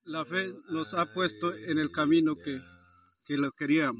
La fe nos ha puesto en el camino que lo queríamos.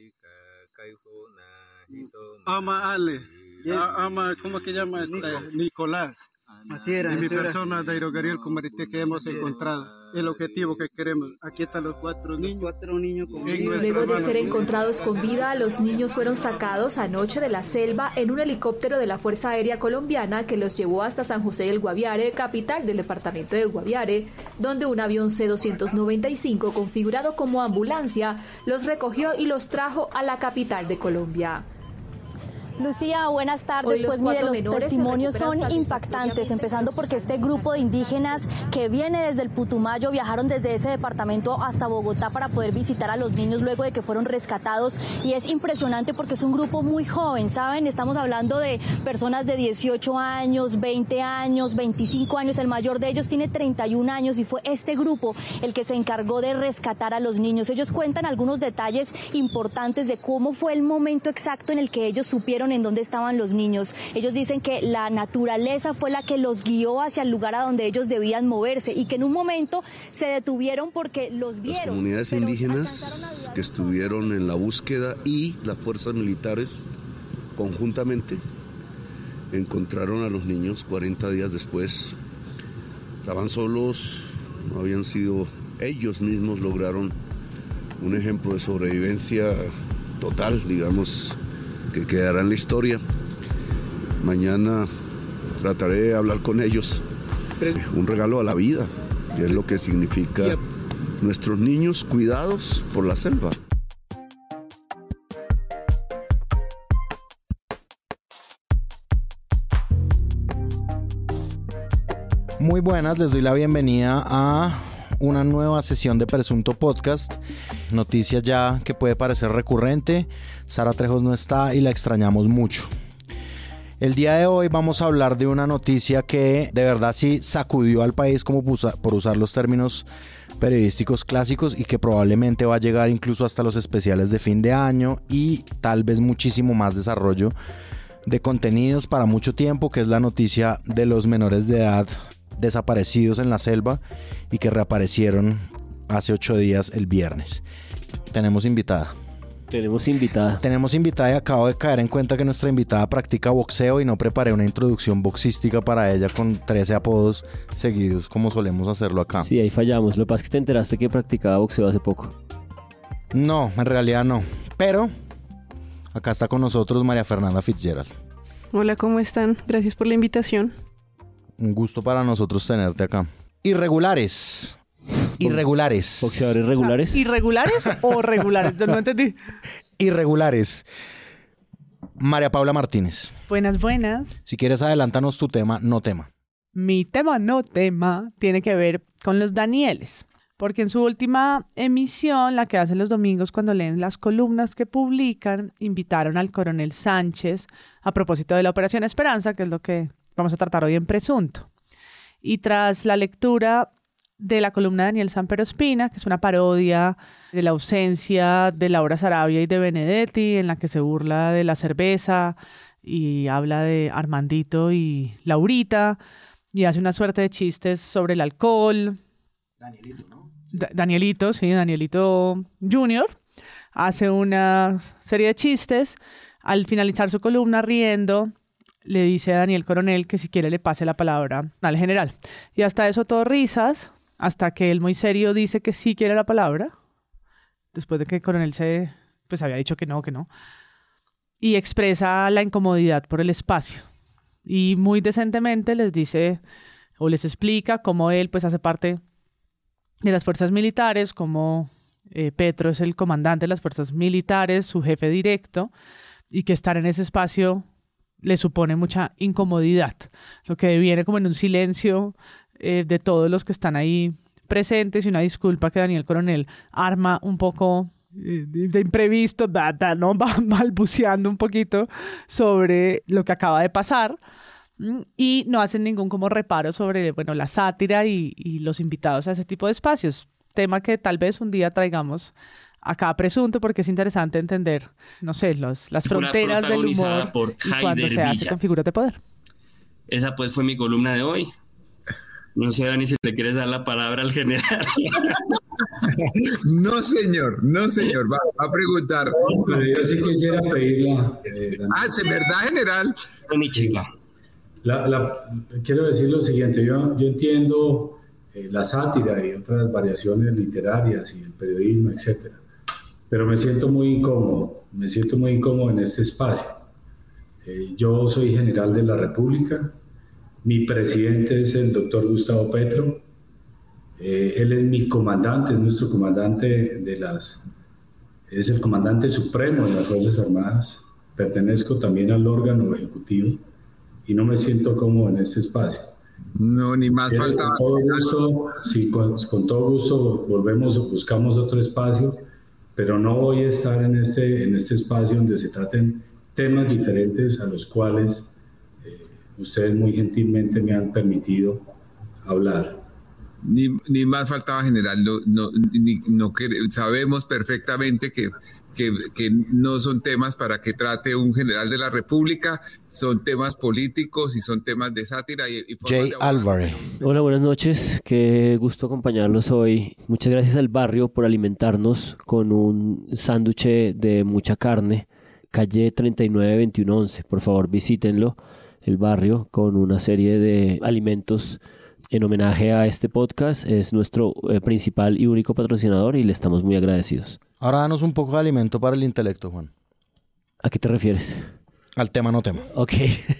Ama Ale, ama, ¿cómo que llama? Nicolás. Así era. Y mi persona, Dairo Gabriel Cumarité, que hemos encontrado. El objetivo que queremos. Aquí están los cuatro niños con vida. Luego de ser encontrados con vida, los niños fueron sacados anoche de la selva en un helicóptero de la Fuerza Aérea Colombiana que los llevó hasta San José del Guaviare, capital del departamento de Guaviare, donde un avión C-295 configurado como ambulancia los recogió y los trajo a la capital de Colombia. Lucía, buenas tardes. Pues mire, los testimonios son impactantes, empezando porque este grupo de indígenas que viene desde el Putumayo viajaron desde ese departamento hasta Bogotá para poder visitar a los niños luego de que fueron rescatados, y es impresionante porque es un grupo muy joven, ¿saben? Estamos hablando de personas de 18 años, 20 años, 25 años, el mayor de ellos tiene 31 años y fue este grupo el que se encargó de rescatar a los niños. Ellos cuentan algunos detalles importantes de cómo fue el momento exacto en el que ellos supieron en dónde estaban los niños. Ellos dicen que la naturaleza fue la que los guió hacia el lugar a donde ellos debían moverse y que en un momento se detuvieron porque los vieron. Las comunidades indígenas que estuvieron en la búsqueda y las fuerzas militares conjuntamente encontraron a los niños 40 días después. Estaban solos, no habían sido ellos mismos, lograron un ejemplo de sobrevivencia total, digamos, que quedará en la historia. Mañana trataré de hablar con ellos. Un regalo a la vida, que es lo que significa nuestros niños cuidados por la selva. Muy buenas, les doy la bienvenida a una nueva sesión de Presunto Podcast. Noticia ya que puede parecer recurrente. Sara Trejos no está y la extrañamos mucho. El día de hoy vamos a hablar de una noticia que de verdad sí sacudió al país, como por usar los términos periodísticos clásicos, y que probablemente va a llegar incluso hasta los especiales de fin de año y tal vez muchísimo más desarrollo de contenidos para mucho tiempo, que es la noticia de los menores de edad desaparecidos en la selva y que reaparecieron hace 8 días el viernes. Tenemos invitada y acabo de caer en cuenta que nuestra invitada practica boxeo y no preparé una introducción boxística para ella con 13 apodos seguidos como solemos hacerlo acá. Sí, ahí fallamos. Lo que pasa es que te enteraste que practicaba boxeo hace poco. No, en realidad no. Pero acá está con nosotros María Fernanda Fitzgerald. Hola, ¿cómo están? Gracias por la invitación. Un gusto para nosotros tenerte acá. Irregulares. ¿Boxeadores regulares? ¿Irregulares o regulares? No entendí. Irregulares. María Paula Martínez. Buenas. Si quieres, adelántanos tu tema, no tema. Mi tema, no tema, tiene que ver con los Danieles. Porque en su última emisión, la que hacen los domingos cuando leen las columnas que publican, invitaron al coronel Sánchez a propósito de la Operación Esperanza, que es lo que vamos a tratar hoy en Presunto. Y tras la lectura de la columna de Daniel Samper Ospina, que es una parodia de la ausencia de Laura Sarabia y de Benedetti, en la que se burla de la cerveza y habla de Armandito y Laurita, y hace una suerte de chistes sobre el alcohol. Danielito, ¿no? Danielito Junior hace una serie de chistes. Al finalizar su columna, riendo, le dice a Daniel Coronel que si quiere le pase la palabra al general. Y hasta eso todo risas, hasta que él muy serio dice que sí quiere la palabra, después de que el coronel había dicho que no, y expresa la incomodidad por el espacio. Y muy decentemente les dice o les explica cómo él hace parte de las fuerzas militares, cómo Petro es el comandante de las fuerzas militares, su jefe directo, y que estar en ese espacio le supone mucha incomodidad, lo que deviene como en un silencio de todos los que están ahí presentes, y una disculpa que Daniel Coronel arma un poco de imprevisto, ¿no? Va balbuceando un poquito sobre lo que acaba de pasar, y no hacen ningún como reparo sobre la sátira y los invitados a ese tipo de espacios, tema que tal vez un día traigamos acá a Presunto, porque es interesante entender, no sé, las fronteras del humor y cuando se hace con figuras de poder. Esa pues fue mi columna de hoy. No sé, Dani, si le quieres dar la palabra al general. No, señor, va a preguntar. Pero yo sí quisiera pedirla. ¿Es verdad, general? Mi chica. Quiero decir lo siguiente, yo entiendo la sátira y otras variaciones literarias y el periodismo, etcétera, pero me siento muy incómodo en este espacio. Yo soy general de la República, mi presidente es el doctor Gustavo Petro, él es mi comandante, es nuestro comandante es el comandante supremo de las Fuerzas Armadas, pertenezco también al órgano ejecutivo y no me siento cómodo en este espacio. No, ni más faltaba. Con todo gusto buscamos otro espacio, pero no voy a estar en este espacio donde se traten temas diferentes a los cuales ustedes muy gentilmente me han permitido hablar. Ni más faltaba, general. Sabemos perfectamente que no son temas para que trate un general de la República, son temas políticos y son temas de sátira. Jay Álvarez. Hola, buenas noches. Qué gusto acompañarlos hoy. Muchas gracias al barrio por alimentarnos con un sándwich de mucha carne. Calle 39-2111. Por favor, visítenlo, el barrio, con una serie de alimentos en homenaje a este podcast. Es nuestro principal y único patrocinador y le estamos muy agradecidos. Ahora danos un poco de alimento para el intelecto, Juan. ¿A qué te refieres? Al tema no tema. Ok.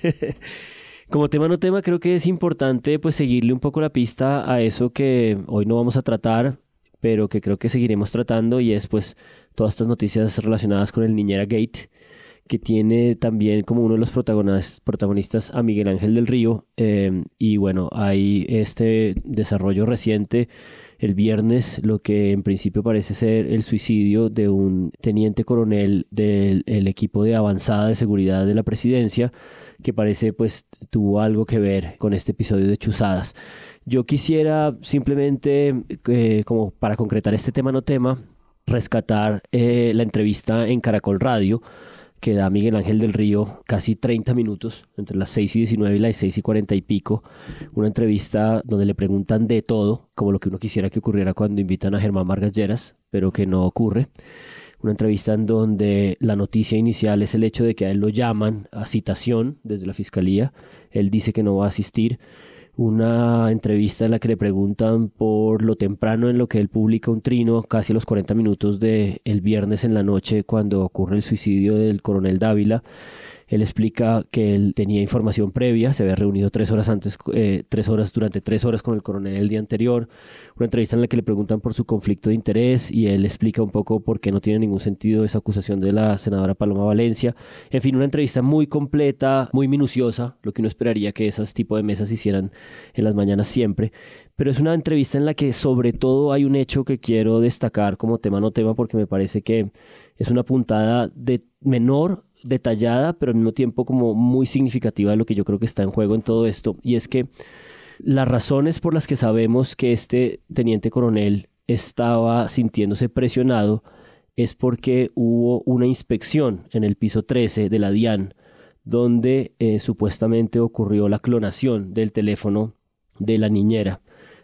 Como tema no tema, creo que es importante pues seguirle un poco la pista a eso que hoy no vamos a tratar, pero que creo que seguiremos tratando, y es pues todas estas noticias relacionadas con el Niñera Gate, que tiene también como uno de los protagonistas a Miguel Ángel del Río. Y bueno, hay este desarrollo reciente el viernes, lo que en principio parece ser el suicidio de un teniente coronel del equipo de avanzada de seguridad de la presidencia, que parece pues tuvo algo que ver con este episodio de chuzadas. Yo quisiera simplemente, como para concretar este tema no tema, rescatar la entrevista en Caracol Radio que da Miguel Ángel del Río, casi 30 minutos, entre las 6:19 y las 6:40 y pico, una entrevista donde le preguntan de todo, como lo que uno quisiera que ocurriera cuando invitan a Germán Vargas Lleras, pero que no ocurre. Una entrevista en donde la noticia inicial es el hecho de que a él lo llaman a citación desde la fiscalía, él dice que no va a asistir. Una entrevista en la que le preguntan por lo temprano en lo que él publica un trino, casi a los 40 minutos del viernes en la noche, cuando ocurre el suicidio del coronel Dávila. Él explica que él tenía información previa, se había reunido 3 horas antes, durante 3 horas con el coronel el día anterior. Una entrevista en la que le preguntan por su conflicto de interés y él explica un poco por qué no tiene ningún sentido esa acusación de la senadora Paloma Valencia. En fin, una entrevista muy completa, muy minuciosa, lo que uno esperaría que esas tipos de mesas hicieran en las mañanas siempre. Pero es una entrevista en la que sobre todo hay un hecho que quiero destacar como tema no tema, porque me parece que es una puntada de menor, detallada, pero al mismo tiempo como muy significativa de lo que yo creo que está en juego en todo esto, y es que las razones por las que sabemos que este teniente coronel estaba sintiéndose presionado es porque hubo una inspección en el piso 13 de la DIAN donde supuestamente ocurrió la clonación del teléfono de la niñera,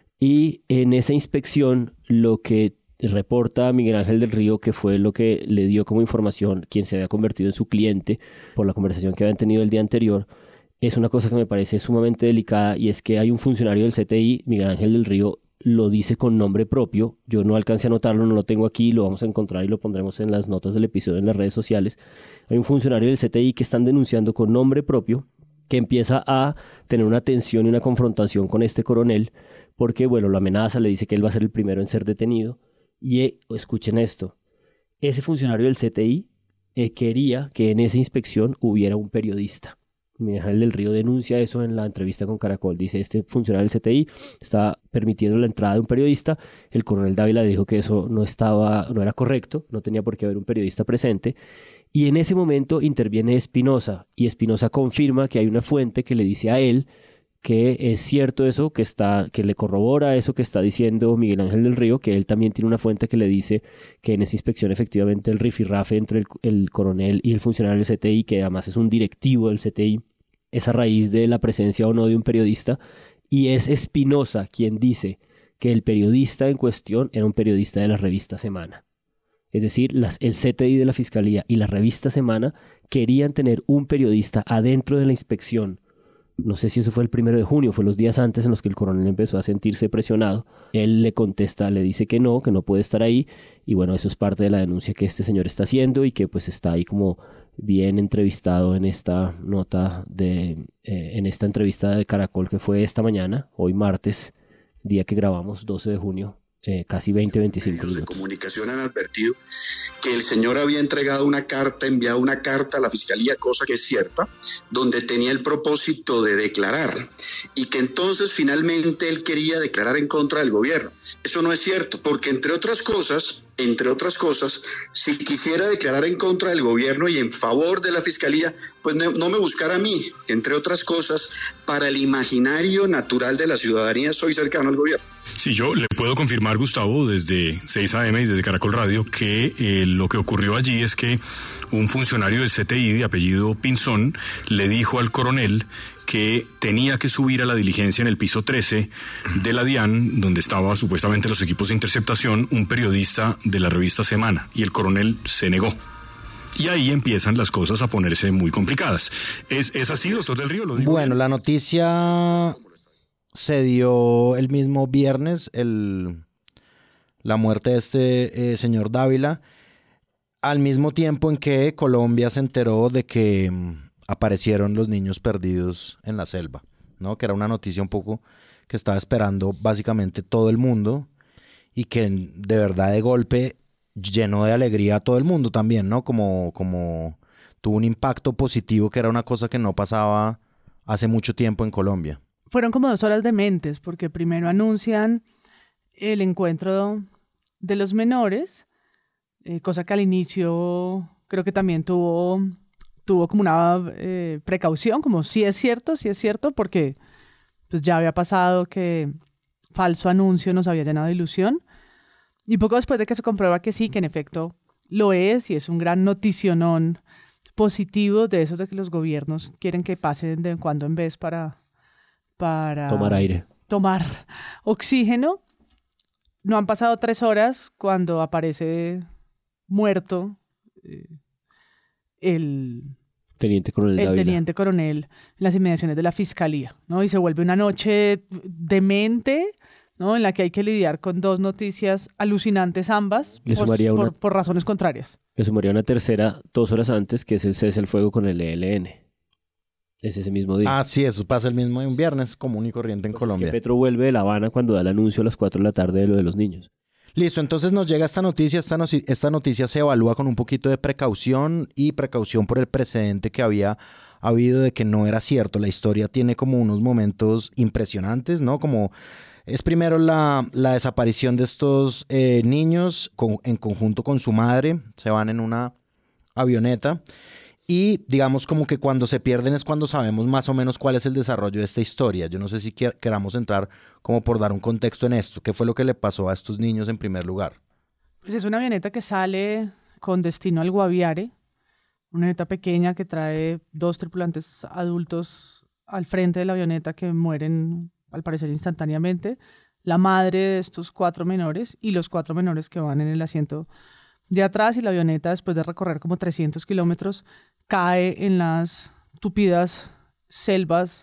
y en esa inspección lo que reporta Miguel Ángel del Río, que fue lo que le dio como información quien se había convertido en su cliente por la conversación que habían tenido el día anterior, es una cosa que me parece sumamente delicada, y es que hay un funcionario del CTI, Miguel Ángel del Río lo dice con nombre propio, yo no alcancé a anotarlo, no lo tengo aquí, lo vamos a encontrar y lo pondremos en las notas del episodio en las redes sociales. Hay un funcionario del CTI que están denunciando con nombre propio, que empieza a tener una tensión y una confrontación con este coronel, porque bueno, lo amenaza, le dice que él va a ser el primero en ser detenido. Y escuchen esto, ese funcionario del CTI quería que en esa inspección hubiera un periodista. Miguel Ángel del Río denuncia eso en la entrevista con Caracol. Dice, este funcionario del CTI está permitiendo la entrada de un periodista. El coronel Dávila dijo que eso no era correcto, no tenía por qué haber un periodista presente. Y en ese momento interviene Espinosa, y Espinosa confirma que hay una fuente que le dice a él que es cierto eso, que le corrobora eso que está diciendo Miguel Ángel del Río, que él también tiene una fuente que le dice que en esa inspección efectivamente el rifirrafe entre el coronel y el funcionario del CTI, que además es un directivo del CTI, es a raíz de la presencia o no de un periodista, Y es Espinosa quien dice que el periodista en cuestión era un periodista de la revista Semana. Es decir, el CTI de la Fiscalía y la revista Semana querían tener un periodista adentro de la inspección. No sé si eso fue el 1 de junio, fue los días antes en los que el coronel empezó a sentirse presionado. Él le contesta, le dice que no puede estar ahí. Y bueno, eso es parte de la denuncia que este señor está haciendo y que pues está ahí como bien entrevistado en esta nota en esta entrevista de Caracol que fue esta mañana, hoy martes, día que grabamos, 12 de junio. Casi 20-25 minutos. De comunicación han advertido que el señor había enviado una carta a la Fiscalía, cosa que es cierta, donde tenía el propósito de declarar y que entonces finalmente él quería declarar en contra del gobierno. Eso no es cierto, porque entre otras cosas, si quisiera declarar en contra del gobierno y en favor de la Fiscalía, pues no me buscara a mí. Entre otras cosas, para el imaginario natural de la ciudadanía soy cercano al gobierno. Sí, yo le puedo confirmar, Gustavo, desde 6 AM y desde Caracol Radio, que lo que ocurrió allí es que un funcionario del CTI de apellido Pinzón le dijo al coronel que tenía que subir a la diligencia en el piso 13 de la DIAN, donde estaban supuestamente los equipos de interceptación, un periodista de la revista Semana, y el coronel se negó. Y ahí empiezan las cosas a ponerse muy complicadas. ¿Es así, doctor del Río? ¿Lo digo bueno, bien? La noticia se dio el mismo viernes, la muerte de este señor Dávila, al mismo tiempo en que Colombia se enteró de que aparecieron los niños perdidos en la selva, ¿no? Que era una noticia un poco que estaba esperando básicamente todo el mundo y que de verdad de golpe llenó de alegría a todo el mundo también, ¿no? Como tuvo un impacto positivo, que era una cosa que no pasaba hace mucho tiempo en Colombia. Fueron como 2 horas dementes, porque primero anuncian el encuentro de los menores, cosa que al inicio creo que también tuvo como una precaución, como sí es cierto, porque pues ya había pasado que falso anuncio nos había llenado de ilusión. Y poco después de que se comprueba que sí, que en efecto lo es, y es un gran noticionón positivo de esos de que los gobiernos quieren que pasen de cuando en vez para tomar aire, tomar oxígeno. No han pasado 3 horas cuando aparece muerto el teniente coronel en las inmediaciones de la Fiscalía, ¿no? Y se vuelve una noche demente, ¿no? En la que hay que lidiar con 2 noticias alucinantes ambas, por razones contrarias. Le sumaría una tercera 2 horas antes, que es el cese al fuego con el ELN. Es ese mismo día. Ah, sí, eso pasa el mismo un viernes común y corriente en Colombia. Es que Petro vuelve de La Habana cuando da el anuncio a las 4 de la tarde de lo de los niños. Listo, entonces nos llega esta noticia. Esta noticia se evalúa con un poquito de precaución por el precedente que había habido de que no era cierto. La historia tiene como unos momentos impresionantes, ¿no? Como es primero la desaparición de estos niños en conjunto con su madre. Se van en una avioneta. Y digamos como que cuando se pierden es cuando sabemos más o menos cuál es el desarrollo de esta historia. Yo no sé si queramos entrar como por dar un contexto en esto. ¿Qué fue lo que le pasó a estos niños en primer lugar? Pues es una avioneta que sale con destino al Guaviare. Una avioneta pequeña que trae 2 tripulantes adultos al frente de la avioneta que mueren al parecer instantáneamente. La madre de estos 4 menores y los 4 menores que van en el asiento de atrás, y la avioneta, después de recorrer como 300 kilómetros, cae en las tupidas selvas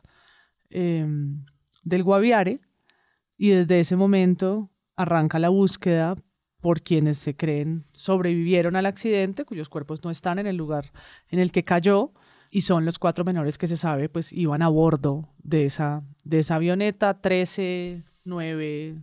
del Guaviare, y desde ese momento arranca la búsqueda por quienes se creen sobrevivieron al accidente, cuyos cuerpos no están en el lugar en el que cayó, y son los 4 menores que se sabe pues iban a bordo de esa avioneta, 13, 9,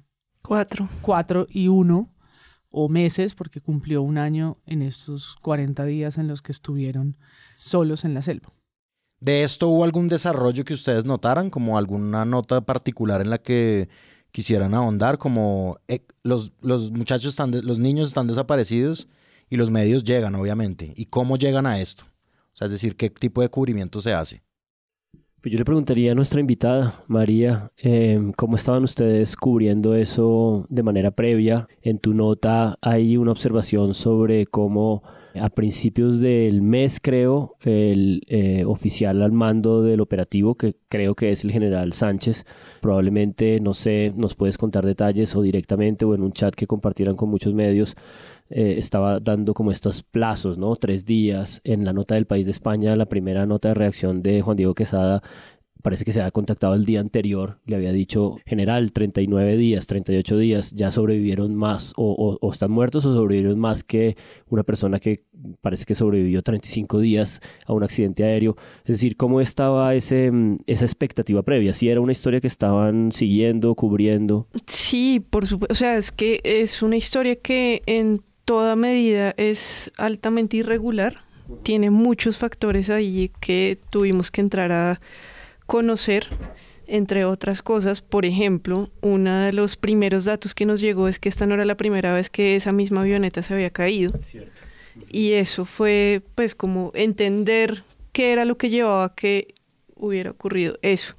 4 y 1, o meses, porque cumplió 1 año en estos 40 días en los que estuvieron solos en la selva. ¿De esto hubo algún desarrollo que ustedes notaran? ¿Como alguna nota particular en la que quisieran ahondar? Como los niños están desaparecidos y los medios llegan, obviamente. ¿Y cómo llegan a esto? O sea, es decir, ¿qué tipo de cubrimiento se hace? Pues yo le preguntaría a nuestra invitada, María, ¿cómo estaban ustedes cubriendo eso de manera previa? En tu nota hay una observación sobre cómo a principios del mes, creo, el oficial al mando del operativo, que creo que es el general Sánchez, probablemente, no sé, nos puedes contar detalles o directamente o en un chat que compartieran con muchos medios, estaba dando como estos plazos, ¿no? 3 días. En la nota del País de España, la primera nota de reacción de Juan Diego Quesada, parece que se había contactado el día anterior, le había dicho, general, 39 días, 38 días, ya sobrevivieron más o están muertos o sobrevivieron más que una persona que parece que sobrevivió 35 días a un accidente aéreo. Es decir, ¿cómo estaba esa expectativa previa? ¿Sí era una historia que estaban siguiendo, cubriendo? Sí, por supuesto. O sea, es que es una historia que en toda medida es altamente irregular. Tiene muchos factores ahí que tuvimos que entrar a conocer, entre otras cosas. Por ejemplo, uno de los primeros datos que nos llegó es que esta no era la primera vez que esa misma avioneta se había caído. Cierto. Y eso fue pues como entender qué era lo que llevaba a que hubiera ocurrido eso.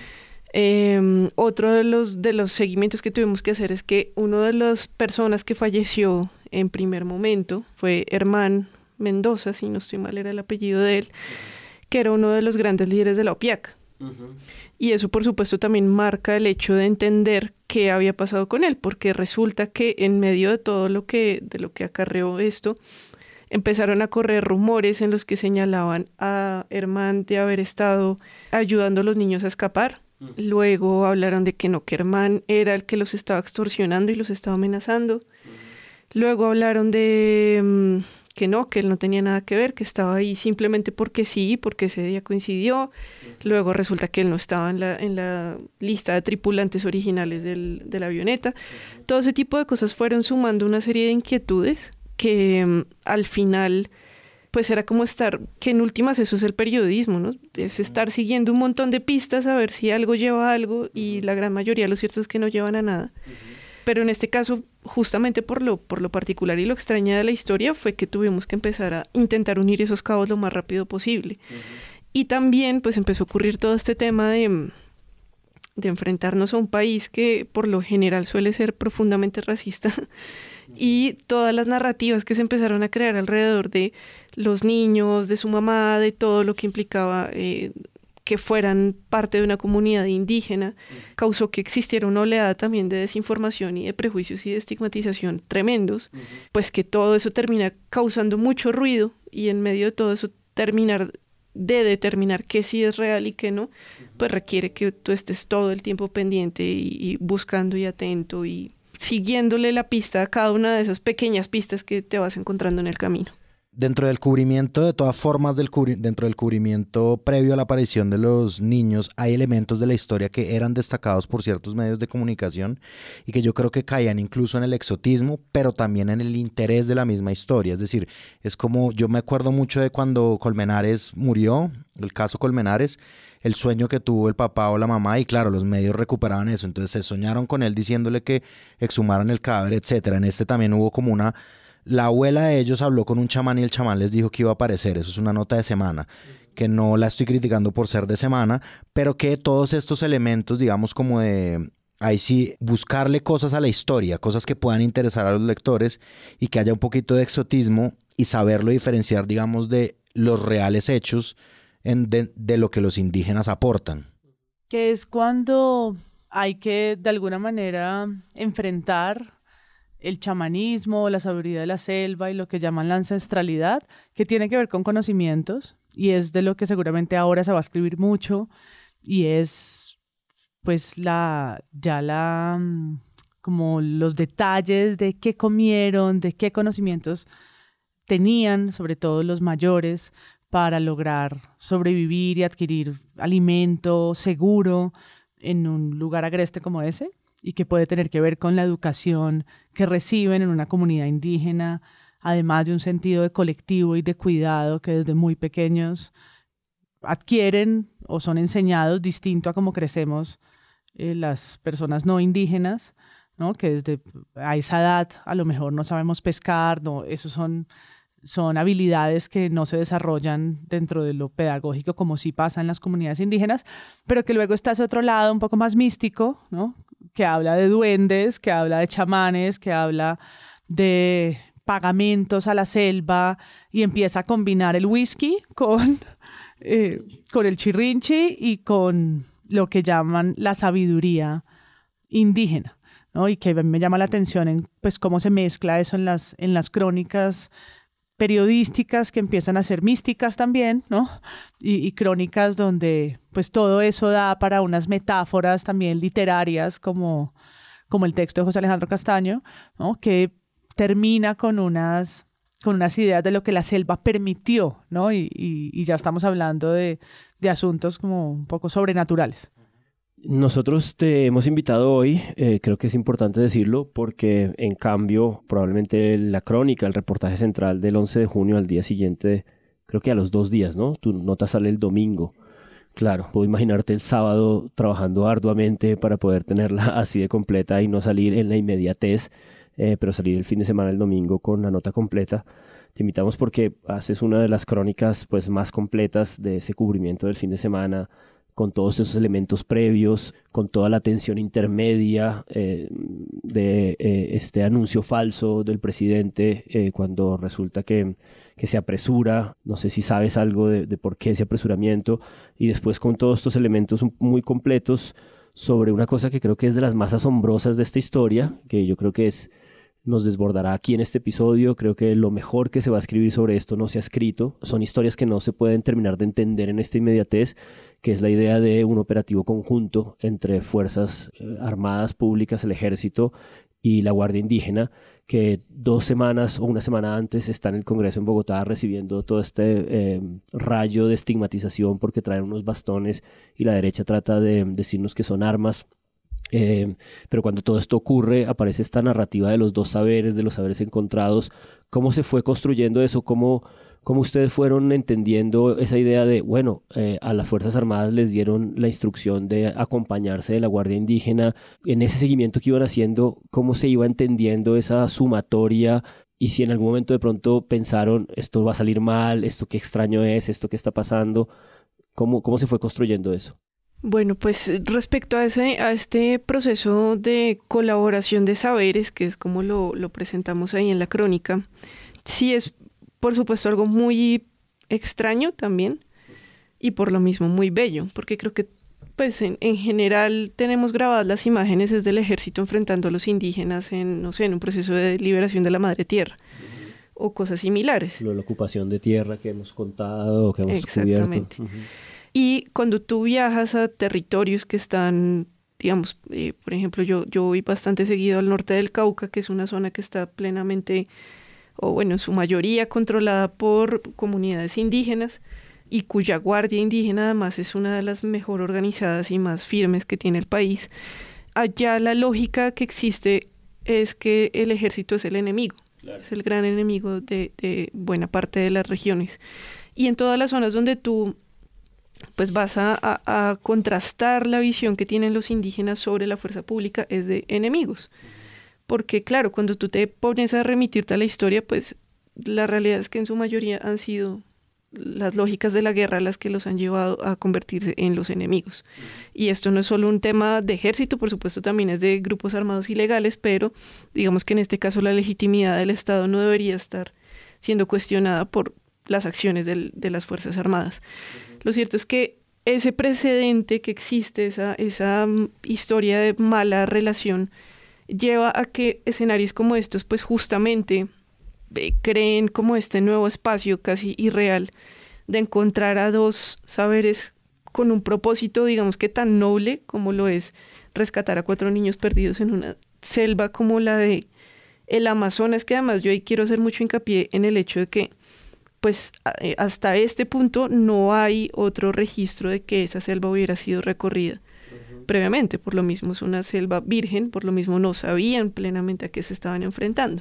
Otro de los seguimientos que tuvimos que hacer es que una de las personas que falleció en primer momento fue Herman Mendoza, si no estoy mal era el apellido de él, que era uno de los grandes líderes de la OPIAC. Y eso por supuesto también marca el hecho de entender qué había pasado con él, porque resulta que en medio de todo lo que acarreó esto, empezaron a correr rumores en los que señalaban a Herman de haber estado ayudando a los niños a escapar. Luego hablaron de que no, que Herman era el que los estaba extorsionando y los estaba amenazando. Luego hablaron de que él no tenía nada que ver, que estaba ahí simplemente porque sí, porque ese día coincidió. Luego resulta que él no estaba en la lista de tripulantes originales de la avioneta. Todo ese tipo de cosas fueron sumando una serie de inquietudes que al final pues era como que en últimas eso es el periodismo, ¿no? Es estar siguiendo un montón de pistas a ver si algo lleva a algo, y la gran mayoría lo cierto es que no llevan a nada. Pero en este caso, justamente por lo particular y lo extraña de la historia, fue que tuvimos que empezar a intentar unir esos cabos lo más rápido posible. Y también pues empezó a ocurrir todo este tema de enfrentarnos a un país que por lo general suele ser profundamente racista, y todas las narrativas que se empezaron a crear alrededor de los niños, de su mamá, de todo lo que implicaba que fueran parte de una comunidad indígena, causó que existiera una oleada también de desinformación y de prejuicios y de estigmatización tremendos, pues que todo eso termina causando mucho ruido, y en medio de todo eso terminar de determinar qué sí es real y qué no, pues requiere que tú estés todo el tiempo pendiente y buscando y atento y siguiéndole la pista a cada una de esas pequeñas pistas que te vas encontrando en el camino. Dentro del cubrimiento, de todas formas, dentro del cubrimiento previo a la aparición de los niños, hay elementos de la historia que eran destacados por ciertos medios de comunicación y que yo creo que caían incluso en el exotismo, pero también en el interés de la misma historia. Es decir, es como, yo me acuerdo mucho de cuando Colmenares murió, el caso Colmenares, el sueño que tuvo el papá o la mamá, y claro, los medios recuperaban eso, entonces se soñaron con él diciéndole que exhumaran el cadáver, etcétera. En este también hubo como la abuela de ellos habló con un chamán y el chamán les dijo que iba a aparecer. Eso es una nota de Semana, que no la estoy criticando por ser de Semana, pero que todos estos elementos, digamos, como de, ahí sí, buscarle cosas a la historia, cosas que puedan interesar a los lectores y que haya un poquito de exotismo y saberlo diferenciar, digamos, de los reales hechos de lo que los indígenas aportan. Que es cuando hay que, de alguna manera, enfrentar el chamanismo, la sabiduría de la selva y lo que llaman la ancestralidad, que tiene que ver con conocimientos, y es de lo que seguramente ahora se va a escribir mucho, y es pues como los detalles de qué comieron, de qué conocimientos tenían, sobre todo los mayores, para lograr sobrevivir y adquirir alimento seguro en un lugar agreste como ese, y que puede tener que ver con la educación que reciben en una comunidad indígena, además de un sentido de colectivo y de cuidado que desde muy pequeños adquieren o son enseñados distinto a cómo crecemos las personas no indígenas, ¿no? Que desde a esa edad a lo mejor no sabemos pescar, no, esos son son habilidades que no se desarrollan dentro de lo pedagógico como sí pasa en las comunidades indígenas, pero que luego está ese otro lado un poco más místico, ¿no? Que habla de duendes, que habla de chamanes, que habla de pagamentos a la selva y empieza a combinar el whisky con el chirrinchi y con lo que llaman la sabiduría indígena, ¿no? Y que me llama la atención en pues cómo se mezcla eso en las crónicas periodísticas que empiezan a ser místicas también, ¿no? Y crónicas donde pues todo eso da para unas metáforas también literarias como el texto de José Alejandro Castaño, ¿no? Que termina con unas ideas de lo que la selva permitió, ¿no? Y ya estamos hablando de asuntos como un poco sobrenaturales. Nosotros te hemos invitado hoy, creo que es importante decirlo, porque en cambio probablemente la crónica, el reportaje central del 11 de junio al día siguiente, creo que a los 2 días, ¿no? Tu nota sale el domingo. Claro, puedo imaginarte el sábado trabajando arduamente para poder tenerla así de completa y no salir en la inmediatez, pero salir el fin de semana el domingo con la nota completa. Te invitamos porque haces una de las crónicas pues, más completas de ese cubrimiento del fin de semana, con todos esos elementos previos, con toda la tensión intermedia de este anuncio falso del presidente cuando resulta que se apresura. No sé si sabes algo de por qué ese apresuramiento, y después con todos estos elementos muy completos sobre una cosa que creo que es de las más asombrosas de esta historia, que yo creo que nos desbordará aquí en este episodio. Creo que lo mejor que se va a escribir sobre esto no se ha escrito. Son historias que no se pueden terminar de entender en esta inmediatez, que es la idea de un operativo conjunto entre fuerzas armadas públicas, el ejército y la Guardia Indígena, que 2 semanas o una semana antes está en el Congreso en Bogotá recibiendo todo este rayo de estigmatización porque traen unos bastones y la derecha trata de decirnos que son armas. Pero cuando todo esto ocurre aparece esta narrativa de los 2 saberes, de los saberes encontrados. ¿Cómo se fue construyendo eso? ¿Cómo ustedes fueron entendiendo esa idea de, bueno, a las Fuerzas Armadas les dieron la instrucción de acompañarse de la Guardia Indígena? En ese seguimiento que iban haciendo, ¿cómo se iba entendiendo esa sumatoria? Y si en algún momento de pronto pensaron, esto va a salir mal, esto qué extraño es, esto qué está pasando, ¿cómo se fue construyendo eso? Bueno, pues respecto a este proceso de colaboración de saberes, que es como lo presentamos ahí en la crónica, sí es, por supuesto, algo muy extraño también y por lo mismo muy bello, porque creo que pues en general tenemos grabadas las imágenes desde el ejército enfrentando a los indígenas en un proceso de liberación de la madre tierra o cosas similares. La ocupación de tierra que hemos contado, que hemos descubierto. Exactamente. Y cuando tú viajas a territorios que están, digamos, por ejemplo, yo voy bastante seguido al norte del Cauca, que es una zona que está plenamente, o bueno, en su mayoría controlada por comunidades indígenas y cuya guardia indígena además es una de las mejor organizadas y más firmes que tiene el país. Allá la lógica que existe es que el ejército es el enemigo, claro. Es el gran enemigo de buena parte de las regiones. Y en todas las zonas donde tú pues vas a contrastar la visión que tienen los indígenas sobre la fuerza pública es de enemigos. Porque claro, cuando tú te pones a remitirte a la historia, pues la realidad es que en su mayoría han sido las lógicas de la guerra las que los han llevado a convertirse en los enemigos. Y esto no es solo un tema de ejército, por supuesto también es de grupos armados ilegales, pero digamos que en este caso la legitimidad del Estado no debería estar siendo cuestionada por las acciones de las Fuerzas Armadas. Lo cierto es que ese precedente que existe, esa historia de mala relación, lleva a que escenarios como estos, pues justamente creen como este nuevo espacio casi irreal de encontrar a 2 saberes con un propósito, digamos que tan noble como lo es rescatar a 4 niños perdidos en una selva como la de el Amazonas, que además yo ahí quiero hacer mucho hincapié en el hecho de que pues hasta este punto no hay otro registro de que esa selva hubiera sido recorrida previamente. Por lo mismo es una selva virgen, por lo mismo no sabían plenamente a qué se estaban enfrentando.